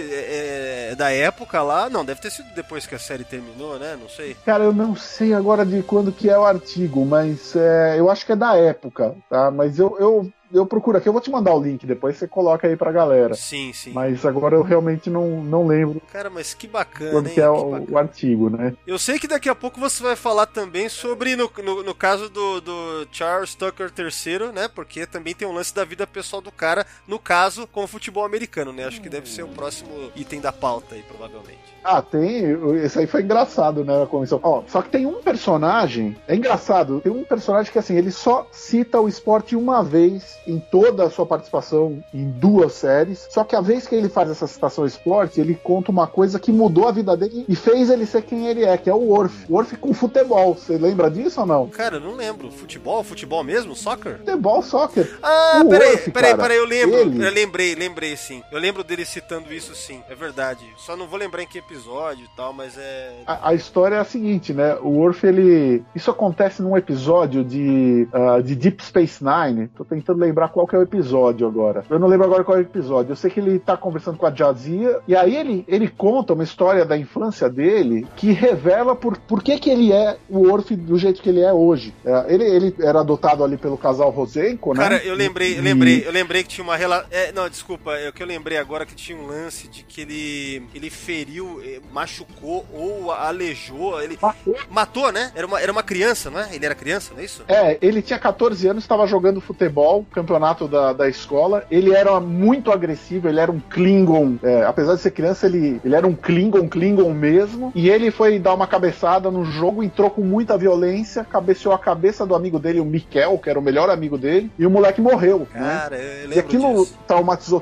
Da época lá? Não, deve ter sido depois que a série terminou, né? Não sei. Cara, eu não sei agora de quando que é o artigo, mas eu acho que é da época, tá? Mas eu procuro aqui, eu vou te mandar o link depois, você coloca aí pra galera. Sim. Mas agora eu realmente não lembro. Cara, mas que bacana, quando que é o artigo, né? Eu sei que daqui a pouco você vai falar também sobre, no caso do Charles Tucker III, né? Porque também tem um lance da vida pessoal do cara, no caso, com o futebol americano, né? Acho que deve ser o próximo item da pauta aí, provavelmente. Tem. Esse aí foi engraçado, né? A comissão. Só que tem um personagem. É engraçado. Tem um personagem que, assim, ele só cita o esporte uma vez em toda a sua participação em 2 séries. Só que a vez que ele faz essa citação ao esporte, ele conta uma coisa que mudou a vida dele e fez ele ser quem ele é, que é o Worf. O Worf com futebol. Você lembra disso ou não? Cara, eu não lembro. Futebol mesmo? Soccer? Futebol, soccer. Peraí. peraí, eu lembro. Ele... Eu lembrei sim. Eu lembro dele citando isso sim, é verdade. Só não vou lembrar em que episódio e tal, mas é... A história é a seguinte, né? O Worf, ele... Isso acontece num episódio de Deep Space Nine. Tô tentando lembrar qual que é o episódio agora. Eu não lembro agora qual é o episódio. Eu sei que ele tá conversando com a Jadzia, e aí ele conta uma história da infância dele que revela por que ele é o Worf do jeito que ele é hoje. Ele era adotado ali pelo casal Rosenko, né? Cara, eu lembrei que tinha uma relação... não, desculpa, é o que eu lembrei agora, que tinha um lance de que ele feriu, machucou ou aleijou, ele matou, né? Era uma criança, não é? Ele era criança, não é isso? Ele tinha 14 anos, estava jogando futebol, campeonato da escola, ele era muito agressivo, ele era um Klingon, apesar de ser criança, ele era um Klingon mesmo, e ele foi dar uma cabeçada no jogo, entrou com muita violência, cabeceou a cabeça do amigo dele, o Mikkel, que era o melhor amigo dele, e o moleque morreu. Cara, né? eu lembro e aquilo disso. traumatizou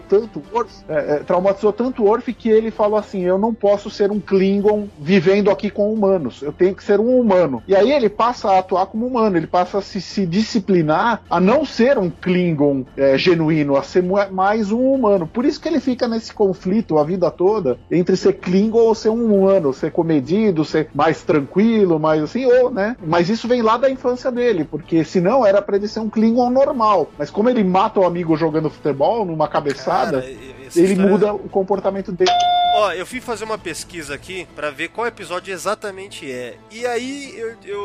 tanto o Worf que ele falou assim, eu não posso ser um Klingon vivendo aqui com humanos, eu tenho que ser um humano. E aí ele passa a atuar como humano, ele passa a se disciplinar a não ser um Klingon genuíno, a ser mais um humano. Por isso que ele fica nesse conflito a vida toda entre ser Klingon ou ser um humano, ser comedido, ser mais tranquilo, mais assim, né? Mas isso vem lá da infância dele, porque senão era pra ele ser um Klingon normal. Mas como ele mata o amigo jogando futebol numa cabeçada, ele muda o comportamento dele. Ó, eu fui fazer uma pesquisa aqui pra ver qual episódio exatamente é. E aí,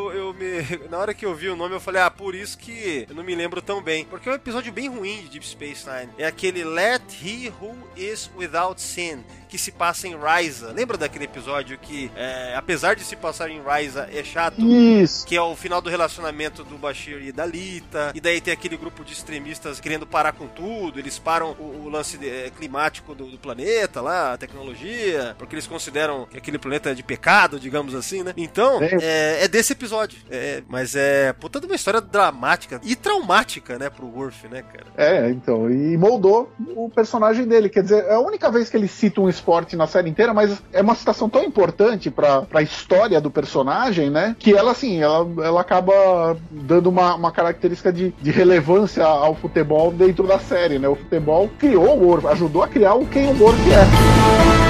na hora que eu vi o nome, eu falei, por isso que eu não me lembro tão bem. Porque é um episódio bem ruim de Deep Space Nine. É aquele Let He Who Is Without Sin, que se passa em Risa. Lembra daquele episódio que, apesar de se passar em Risa, é chato? Isso. Que é o final do relacionamento do Bashir e da Lita. E daí tem aquele grupo de extremistas querendo parar com tudo. Eles param o lance climático do planeta lá, a tecnologia, porque eles consideram que aquele planeta é de pecado, digamos assim, né? Então, é desse episódio. Mas puta de uma história dramática e traumática, né, pro Worf, né, cara? Então, e moldou o personagem dele. Quer dizer, é a única vez que ele cita um esporte na série inteira, mas é uma citação tão importante pra história do personagem, né, que ela, assim, ela acaba dando uma característica de relevância ao futebol dentro da série, né? O futebol criou o Worf, ajudou a criar quem o Worf é.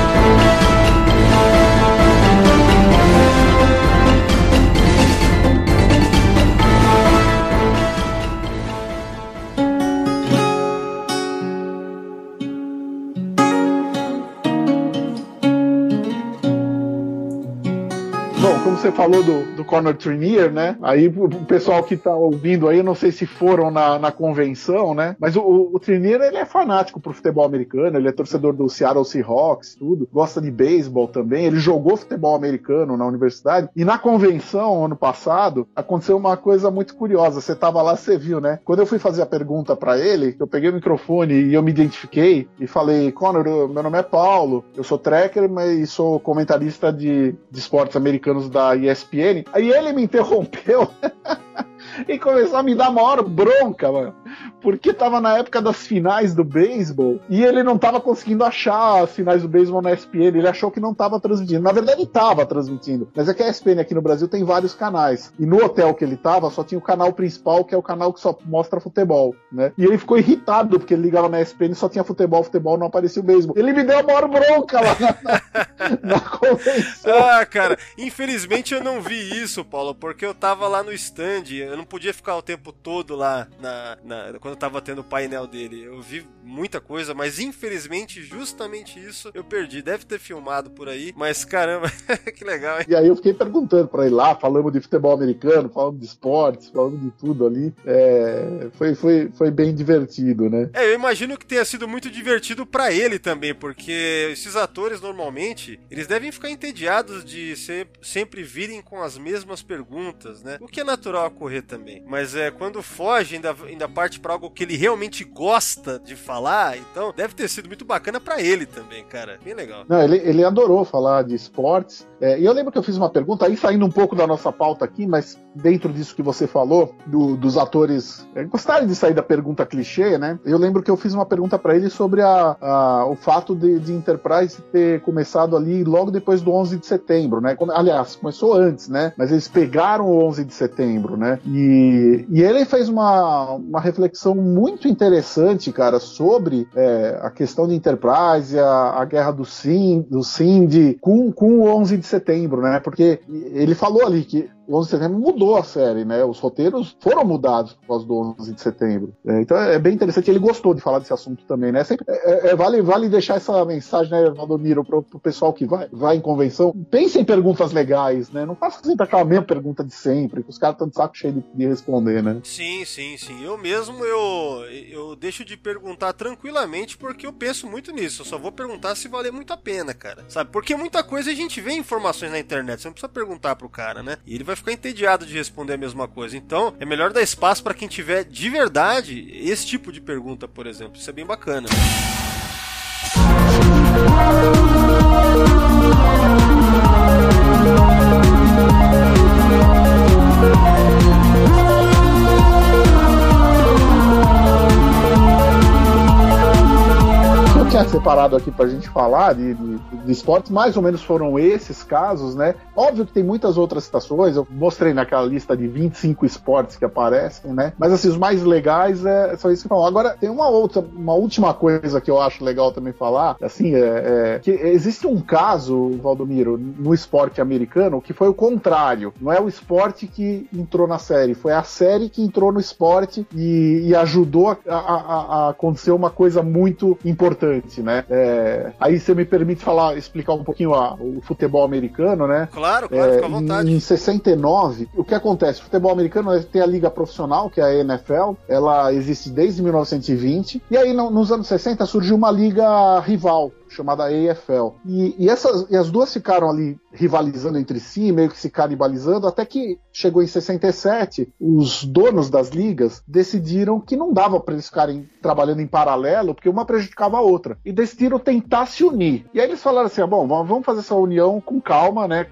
Como você falou do Connor Trinneer, né? Aí o pessoal que tá ouvindo aí, eu não sei se foram na convenção, né? Mas o Trinneer, ele é fanático pro futebol americano, ele é torcedor do Seattle Seahawks, tudo. Gosta de beisebol também. Ele jogou futebol americano na universidade. E na convenção, ano passado, aconteceu uma coisa muito curiosa. Você tava lá, você viu, né? Quando eu fui fazer a pergunta pra ele, eu peguei o microfone e eu me identifiquei e falei, Connor, meu nome é Paulo, eu sou tracker, mas sou comentarista de esportes americanos da ESPN. Aí ele me interrompeu e começou a me dar a maior bronca, mano, porque tava na época das finais do beisebol e ele não tava conseguindo achar as finais do beisebol na ESPN, ele achou que não tava transmitindo. Na verdade tava transmitindo, mas é que a ESPN aqui no Brasil tem vários canais, e no hotel que ele tava só tinha o canal principal, que é o canal que só mostra futebol, né? E ele ficou irritado, porque ele ligava na ESPN e só tinha futebol, não aparecia o beisebol. Ele me deu a maior bronca lá na convenção. Cara, infelizmente eu não vi isso, Paulo, porque eu tava lá no stand, eu não podia ficar o tempo todo lá quando eu tava tendo o painel dele. Eu vi muita coisa, mas infelizmente justamente isso eu perdi. Deve ter filmado por aí, mas caramba, que legal, hein? E aí eu fiquei perguntando pra ele lá, falamos de futebol americano, falamos de esportes, falamos de tudo ali. Foi bem divertido, né? Eu imagino que tenha sido muito divertido pra ele também, porque esses atores normalmente, eles devem ficar entediados de sempre virem com as mesmas perguntas, né? O que é natural ocorrer também. Mas quando foge, ainda parte pra algo que ele realmente gosta de falar, então deve ter sido muito bacana pra ele também, cara. Bem legal. Não, ele adorou falar de esportes. E eu lembro que eu fiz uma pergunta, aí saindo um pouco da nossa pauta aqui, mas dentro disso que você falou, dos atores gostarem de sair da pergunta clichê, né? Eu lembro que eu fiz uma pergunta para ele sobre o fato de Enterprise ter começado ali logo depois do 11 de setembro, né? Aliás, começou antes, né? Mas eles pegaram o 11 de setembro, né? E ele fez uma reflexão muito interessante, cara, sobre a questão de Enterprise, a guerra do Cindy com o 11 de setembro, né? Porque ele falou ali que o 11 de setembro mudou a série, né? Os roteiros foram mudados por causa do 11 de setembro. Então é bem interessante. Ele gostou de falar desse assunto também, né? Sempre, vale deixar essa mensagem, né, Valdomiro, pro pessoal que vai em convenção. Pense em perguntas legais, né? Não faça sempre aquela mesma pergunta de sempre, que os caras estão de saco cheio de responder, né? Sim. Eu mesmo, eu deixo de perguntar tranquilamente porque eu penso muito nisso. Eu só vou perguntar se valer muito a pena, cara. Sabe? Porque muita coisa a gente vê informações na internet. Você não precisa perguntar pro cara, né? E ele vai ficar entediado de responder a mesma coisa. Então, é melhor dar espaço pra quem tiver de verdade esse tipo de pergunta, por exemplo. Isso é bem bacana. Eu tinha separado aqui pra gente falar de esportes, mais ou menos foram esses casos, né? Óbvio que tem muitas outras citações, eu mostrei naquela lista de 25 esportes que aparecem, né? Mas assim, os mais legais são esses que falam. Agora, tem uma última coisa que eu acho legal também falar, assim, que existe um caso, Valdomiro, no esporte americano, que foi o contrário. Não é o esporte que entrou na série, foi a série que entrou no esporte e ajudou a acontecer uma coisa muito importante, né? Aí você me permite explicar um pouquinho o futebol americano, né? Claro, fica à vontade. Em 69, o que acontece? O futebol americano tem a liga profissional, que é a NFL, ela existe desde 1920, e aí nos anos 60 surgiu uma liga rival, chamada AFL. E as duas ficaram ali rivalizando entre si, meio que se canibalizando, até que chegou em 67, os donos das ligas decidiram que não dava para eles ficarem trabalhando em paralelo, porque uma prejudicava a outra. E decidiram tentar se unir. E aí eles falaram assim, bom, vamos fazer essa união com calma, né,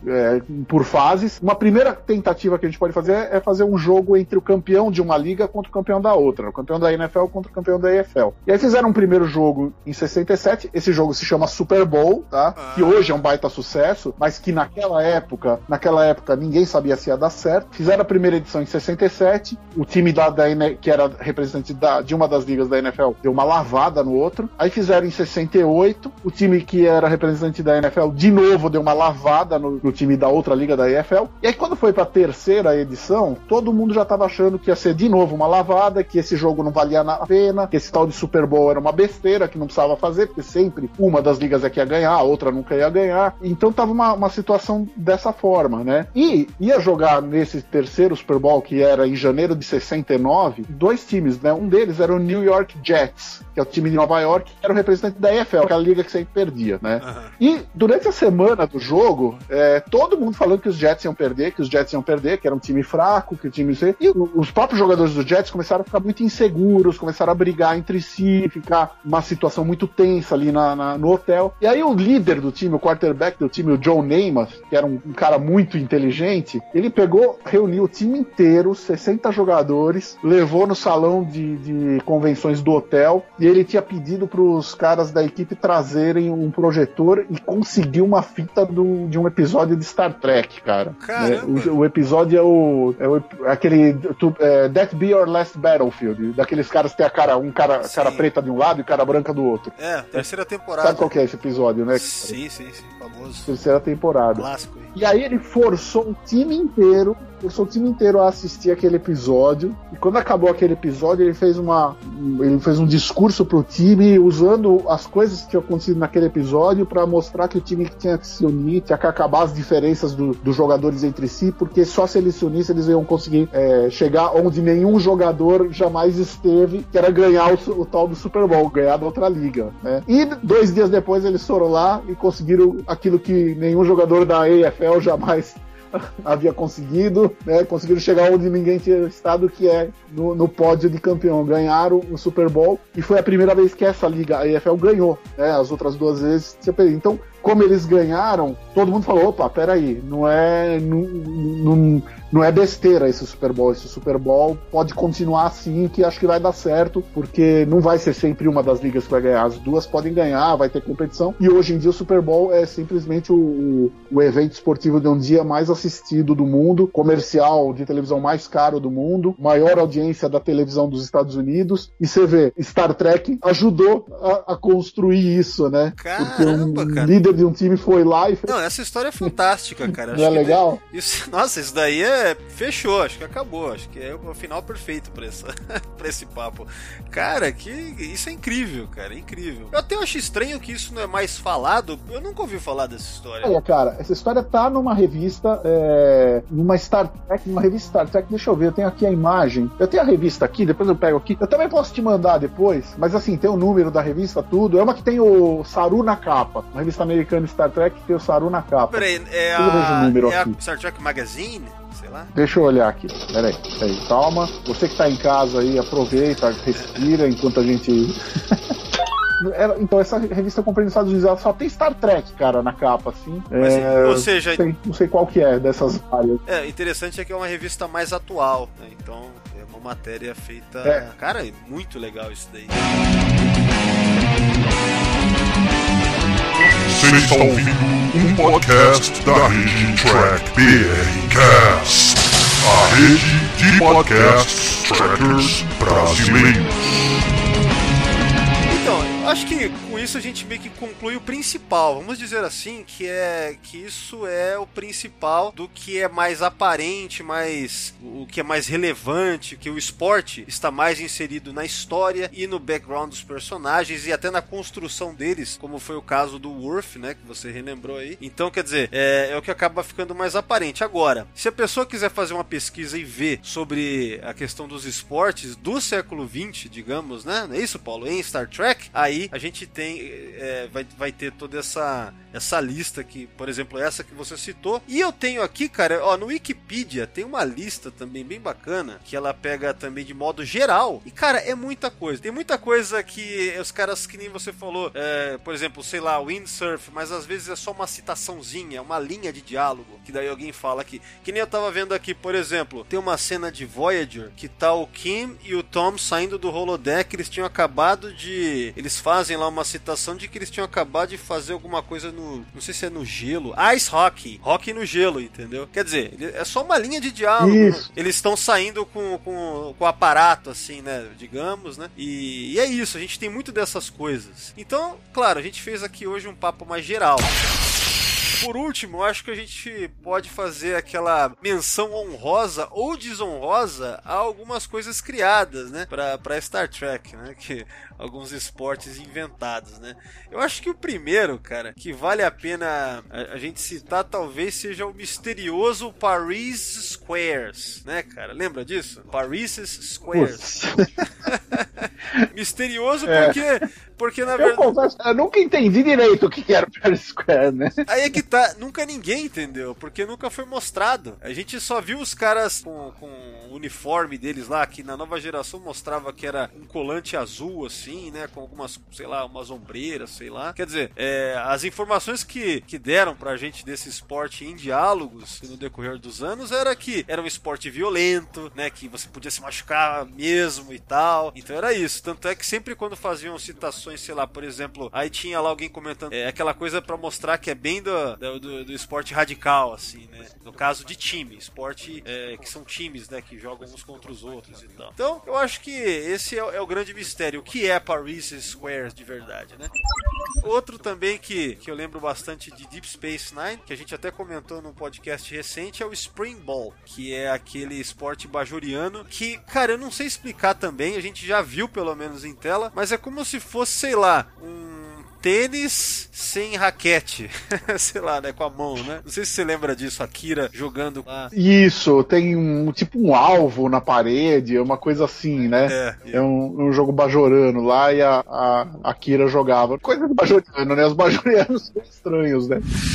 por fases. Uma primeira tentativa que a gente pode fazer é fazer um jogo entre o campeão de uma liga contra o campeão da outra, o campeão da NFL contra o campeão da AFL. E aí fizeram um primeiro jogo em 67, esse jogo se chama Super Bowl, tá? Que hoje é um baita sucesso, mas que naquela época ninguém sabia se ia dar certo. Fizeram a primeira edição em 67, o time que era representante de uma das ligas da NFL deu uma lavada no outro. Aí fizeram em 68, o time que era representante da NFL de novo deu uma lavada no time da outra liga da AFL. E aí quando foi pra terceira edição, todo mundo já tava achando que ia ser de novo uma lavada, que esse jogo não valia a pena, que esse tal de Super Bowl era uma besteira, que não precisava fazer, porque sempre uma das ligas é que ia ganhar, a outra nunca ia ganhar. Então tava uma situação dessa forma, né? E ia jogar nesse terceiro Super Bowl, que era em janeiro de 69, dois times, né? Um deles era o New York Jets, que é o time de Nova York, que era o representante da EFL, aquela liga que sempre perdia, né? Uhum. E durante a semana do jogo, todo mundo falando que os Jets iam perder, que era um time fraco, que o time... E os próprios jogadores dos Jets começaram a ficar muito inseguros, começaram a brigar entre si, ficar uma situação muito tensa ali no hotel. E aí o líder do time, o quarterback do time, o Joe Namath, que era um cara muito inteligente, ele reuniu o time inteiro, 60 jogadores, levou no salão de convenções do hotel, e ele tinha pedido pros caras da equipe trazerem um projetor e conseguiu uma fita de um episódio de Star Trek, cara. O episódio é aquele That Be Your Last Battlefield, daqueles caras que tem cara preta de um lado e cara branca do outro. Terceira temporada. Sabe qual que é esse episódio, né? Sim, famoso. Terceira temporada. Clássico. E aí ele forçou o time inteiro a assistir aquele episódio, e quando acabou aquele episódio ele fez um discurso pro time usando as coisas que tinham acontecido naquele episódio para mostrar que o time tinha que se unir, tinha que acabar as diferenças dos jogadores entre si, porque só se eles se unissem eles iam conseguir chegar onde nenhum jogador jamais esteve, que era ganhar o tal do Super Bowl, ganhar da outra liga, né? E 2 dias depois eles foram lá e conseguiram aquilo que nenhum jogador da AFL jamais havia conseguido, né? Conseguiram chegar onde ninguém tinha estado, que é no pódio de campeão. Ganharam o Super Bowl e foi a primeira vez que essa liga, a EFL, ganhou, né? As outras 2 vezes você perdeu. Então, como eles ganharam, todo mundo falou, opa, peraí, não é besteira esse Super Bowl pode continuar assim, que acho que vai dar certo, porque não vai ser sempre uma das ligas que vai ganhar, as 2 podem ganhar, vai ter competição, e hoje em dia o Super Bowl é simplesmente o evento esportivo de um dia mais assistido do mundo, comercial de televisão mais caro do mundo, maior audiência da televisão dos Estados Unidos, e você vê, Star Trek ajudou a construir isso, né? Caramba, porque líder de um time foi lá e fez... Não, essa história é fantástica, cara. Não é legal? Nossa, isso daí fechou, acho que acabou. Acho que é o final perfeito pra esse papo. Cara, isso é incrível, cara. É incrível. Eu até acho estranho que isso não é mais falado. Eu nunca ouvi falar dessa história. Olha, cara, essa história tá numa revista, numa revista Star Trek. Deixa eu ver, eu tenho aqui a imagem. Eu tenho a revista aqui, depois eu pego aqui. Eu também posso te mandar depois, mas assim, tem o número da revista, tudo. É uma que tem o Saru na capa. Uma revista americana Star Trek que tem o Saru na capa. Peraí, é a Star Trek Magazine? Sei lá. Deixa eu olhar aqui. Peraí, calma. Você que tá em casa aí, aproveita, respira enquanto a gente... Então, essa revista eu comprei nos Estados Unidos, ela só tem Star Trek, cara, na capa, assim. Ou seja... Não sei qual que é dessas áreas. Interessante é que é uma revista mais atual, né? Então, é uma matéria feita... Cara, é muito legal isso daí. Você está ouvindo podcast da rede Track BRcast, a rede de podcasts trackers brasileiros. Então, acho que com isso a gente meio que conclui o principal. Vamos dizer assim, que isso é o principal do que é mais aparente, o que é mais relevante, que o esporte está mais inserido na história e no background dos personagens e até na construção deles, como foi o caso do Worf, né, que você relembrou aí. Então, quer dizer, é o que acaba ficando mais aparente. Agora, se a pessoa quiser fazer uma pesquisa e ver sobre a questão dos esportes do século XX, digamos, né, não é isso, Paulo? Em Star Trek, aí a gente tem vai ter toda essa lista aqui, por exemplo, essa que você citou. E eu tenho aqui, cara, no Wikipedia tem uma lista também bem bacana, que ela pega também de modo geral. E, cara, é muita coisa. Tem muita coisa que os caras, que nem você falou, por exemplo, sei lá, windsurf, mas às vezes é só uma citaçãozinha, uma linha de diálogo, que daí alguém fala aqui. Que nem eu tava vendo aqui, por exemplo, tem uma cena de Voyager, que tá o Kim e o Tom saindo do holodeck, eles fazem lá uma citação de que eles tinham acabado de fazer alguma coisa não sei se é no gelo, ice hockey no gelo, entendeu? Quer dizer, é só uma linha de diálogo. Isso. Eles estão saindo com o aparato, assim, né, digamos, né, e é isso, a gente tem muito dessas coisas. Então, claro, a gente fez aqui hoje um papo mais geral. Por último, eu acho que a gente pode fazer aquela menção honrosa ou desonrosa a algumas coisas criadas, né, pra Star Trek, né, que alguns esportes inventados, né. Eu acho que o primeiro, cara, que vale a pena a gente citar, talvez seja o misterioso Paris Squares, né, cara? Lembra disso? Paris Squares. Misterioso porque na verdade... Eu nunca entendi direito o que era o Paris Square, né? Aí é que tá, nunca ninguém entendeu, porque nunca foi mostrado. A gente só viu os caras com o uniforme deles lá, que na nova geração mostrava que era um colante azul, assim, né, com algumas, sei lá, umas ombreiras, sei lá. Quer dizer, as informações que deram pra gente desse esporte em diálogos no decorrer dos anos era que era um esporte violento, né, que você podia se machucar mesmo e tal. Então era isso. Tanto é que sempre quando faziam citações, sei lá, por exemplo, aí tinha lá alguém comentando aquela coisa pra mostrar que é bem do esporte radical, assim, né? No caso de time, esporte que são times, né, que jogam uns contra os outros e tal. Então, eu acho que esse é o grande mistério. O que é Paris Squares de verdade, né? Outro também que eu lembro bastante de Deep Space Nine, que a gente até comentou num podcast recente, é o Spring Ball, que é aquele esporte bajoriano que, cara, eu não sei explicar também, a gente já viu pelo menos em tela, mas é como se fosse, sei lá, um tênis sem raquete, sei lá, né, com a mão, né? Não sei se você lembra disso, a Kira jogando lá. Isso, tem um alvo na parede, uma coisa assim, né? É um jogo bajorano lá e a Kira jogava. Coisa de bajoriano, né? Os bajorianos são estranhos, né?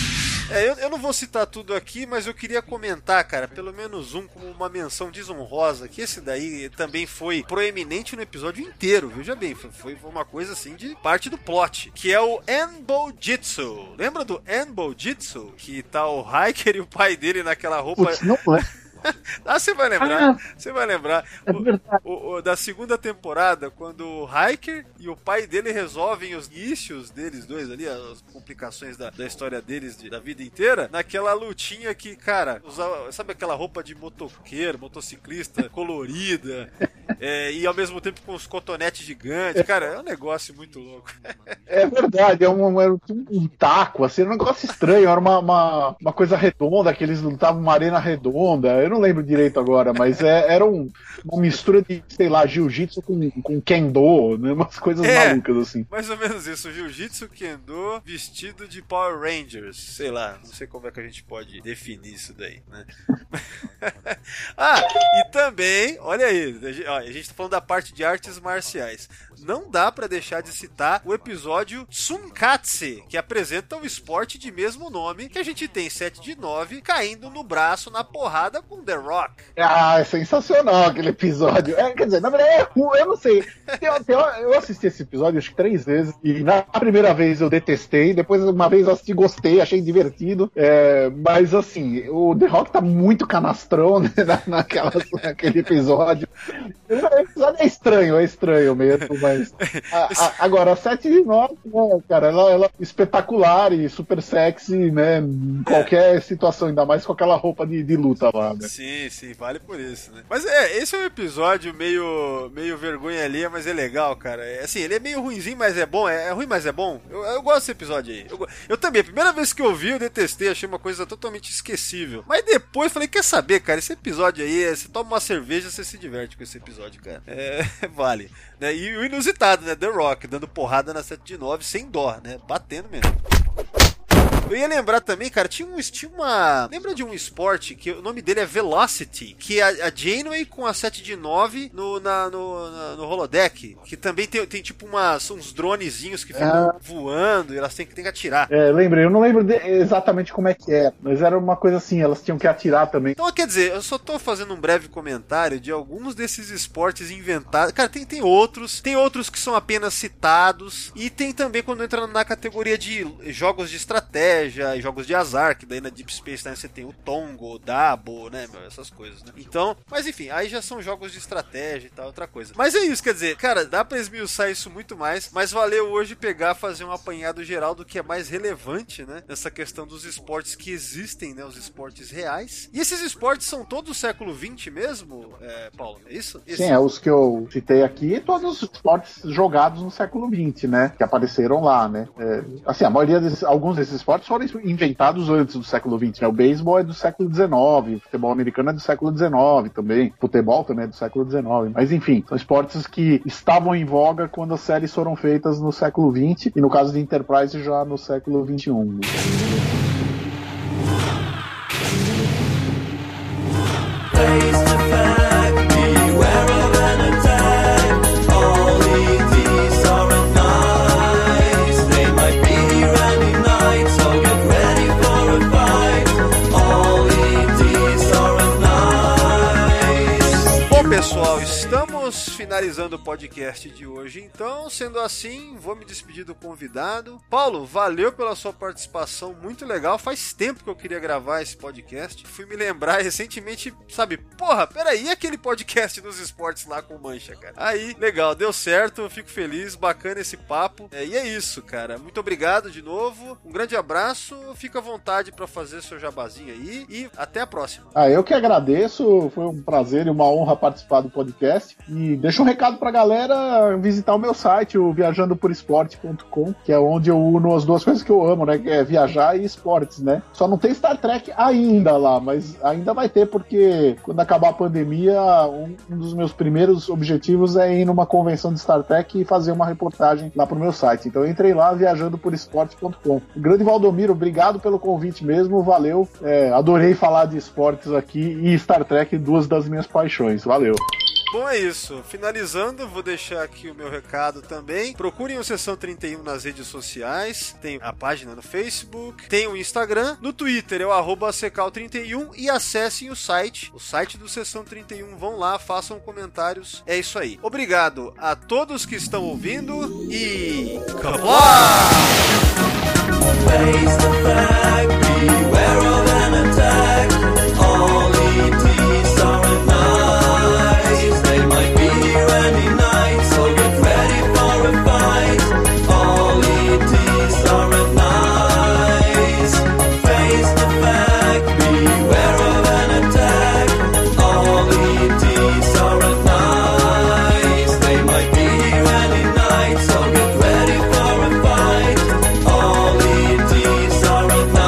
Eu não vou citar tudo aqui, mas eu queria comentar, cara, pelo menos um como uma menção desonrosa, que esse daí também foi proeminente no episódio inteiro, veja bem, foi uma coisa assim de parte do plot, que é o Enbojitsu. Lembra do Enbojitsu? Que tá o Hiker e o pai dele naquela roupa... Putz, não é. Você vai lembrar. Você vai lembrar. É verdade. Da segunda temporada, quando o Hiker e o pai dele resolvem os issues deles dois ali, as complicações da história deles, da vida inteira, naquela lutinha que, cara, sabe aquela roupa de motoqueiro, motociclista colorida, e ao mesmo tempo com os cotonetes gigantes. Cara, é um negócio muito louco. É verdade, era um taco, assim, era um negócio estranho, era uma coisa redonda, que eles lutavam uma arena redonda. Eu não lembro direito agora, mas era uma mistura de, sei lá, jiu-jitsu com kendo, né? Umas coisas malucas, assim. Mais ou menos isso, jiu-jitsu, kendo, vestido de Power Rangers, sei lá, não sei como é que a gente pode definir isso daí, né? E também, olha aí, a gente tá falando da parte de artes marciais. Não dá pra deixar de citar o episódio Tsunkatse, que apresenta o esporte de mesmo nome, que a gente tem 7 de 9 caindo no braço, na porrada com The Rock. É sensacional aquele episódio. Quer dizer, na verdade, eu não sei. Eu assisti esse episódio acho que 3 vezes, e na primeira vez eu detestei, depois uma vez eu assisti, gostei, achei divertido, mas assim, o The Rock tá muito canastrão, né, naquele episódio. O episódio é estranho mesmo, mas agora, a 7 de 9, né, cara, ela é espetacular e super sexy, né, em qualquer situação, ainda mais com aquela roupa de luta lá, né? Sim, vale por isso, né? Mas esse é um episódio meio vergonha alheia, mas é legal, cara. Assim, ele é meio ruinzinho, mas é bom. É ruim, mas é bom. Eu gosto desse episódio aí. Eu também, a primeira vez que eu vi, eu detestei, achei uma coisa totalmente esquecível. Mas depois falei, quer saber, cara, esse episódio aí, você toma uma cerveja, você se diverte com esse episódio, cara. Vale. Né? E o inusitado, né? The Rock, dando porrada na 7 de 9, sem dó, né? Batendo mesmo. Eu ia lembrar também, cara, tinha uma... Lembra de um esporte que o nome dele é Velocity, que é a Janeway com a 7 de 9 no holodeck, que também tem tipo uns dronezinhos que ficam voando e elas têm que atirar. Lembrei, eu não lembro exatamente como é que é, mas era uma coisa assim, elas tinham que atirar também. Então, quer dizer, eu só tô fazendo um breve comentário de alguns desses esportes inventados. Cara, tem outros que são apenas citados, e tem também quando entra na categoria de jogos de estratégia, jogos de azar, que daí na Deep Space Nine você tem o Tongo, o Dabo, né, essas coisas, né? Então, mas enfim, aí já são jogos de estratégia e tal, outra coisa. Mas é isso, quer dizer, cara, dá pra esmiuçar isso muito mais, mas valeu hoje fazer um apanhado geral do que é mais relevante, né, nessa questão dos esportes que existem, né, os esportes reais. E esses esportes são todos do século XX mesmo, Paulo, é isso? Sim, os que eu citei aqui, todos os esportes jogados no século XX, né, que apareceram lá, né. Assim, a maioria alguns desses esportes foram inventados antes do século XX, né? O beisebol é do século XIX, o futebol americano é do século XIX também, futebol também é do século XIX, mas enfim, são esportes que estavam em voga quando as séries foram feitas no século XX e no caso de Enterprise já no século XXI. Pessoal, estamos finalizando o podcast de hoje, então, sendo assim, vou me despedir do convidado. Paulo, valeu pela sua participação, muito legal, faz tempo que eu queria gravar esse podcast, fui me lembrar recentemente, sabe, peraí, e aquele podcast dos esportes lá com Mancha, cara? Aí, legal, deu certo, eu fico feliz, bacana esse papo, e é isso, cara, muito obrigado de novo, um grande abraço, fica à vontade pra fazer seu jabazinho aí, e até a próxima. Eu que agradeço, foi um prazer e uma honra participar do podcast, e deixa um recado pra galera visitar o meu site, o viajandoporesporte.com, que é onde eu uno as duas coisas que eu amo, né, que é viajar e esportes, né. Só não tem Star Trek ainda lá, mas ainda vai ter, porque quando acabar a pandemia, um dos meus primeiros objetivos é ir numa convenção de Star Trek e fazer uma reportagem lá pro meu site. Então entrei lá, viajandoporesporte.com. Grande Valdomiro, obrigado pelo convite mesmo, valeu, adorei falar de esportes aqui e Star Trek, duas das minhas paixões, valeu. Bom, é isso. Finalizando, vou deixar aqui o meu recado também. Procurem o Sessão 31 nas redes sociais. Tem a página no Facebook, tem o Instagram. No Twitter é o @secal31 e acessem o site do Sessão 31. Vão lá, façam comentários. É isso aí. Obrigado a todos que estão ouvindo e... Face the fact, beware of an attack. All ETs are nice. They might be here any night, so get ready for a fight. All ETs are nice. Face the fact, beware of an attack. All ETs are nice. They might be here any night, so get ready for a fight. All ETs are nice.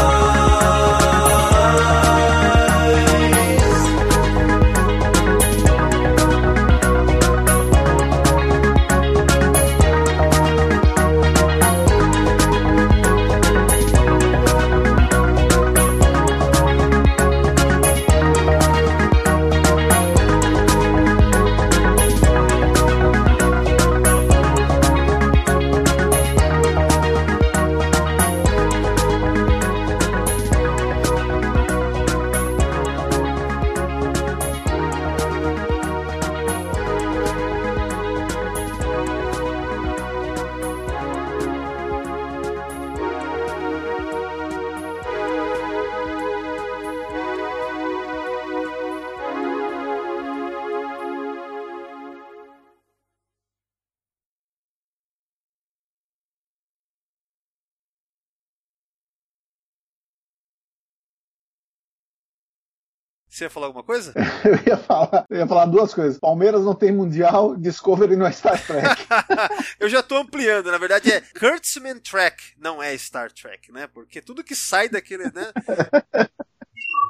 Você ia falar alguma coisa? Eu ia falar duas coisas. Palmeiras não tem Mundial, Discovery não é Star Trek. Eu já tô ampliando, na verdade é Kurtzman Trek, não é Star Trek, né? Porque tudo que sai daquele, né?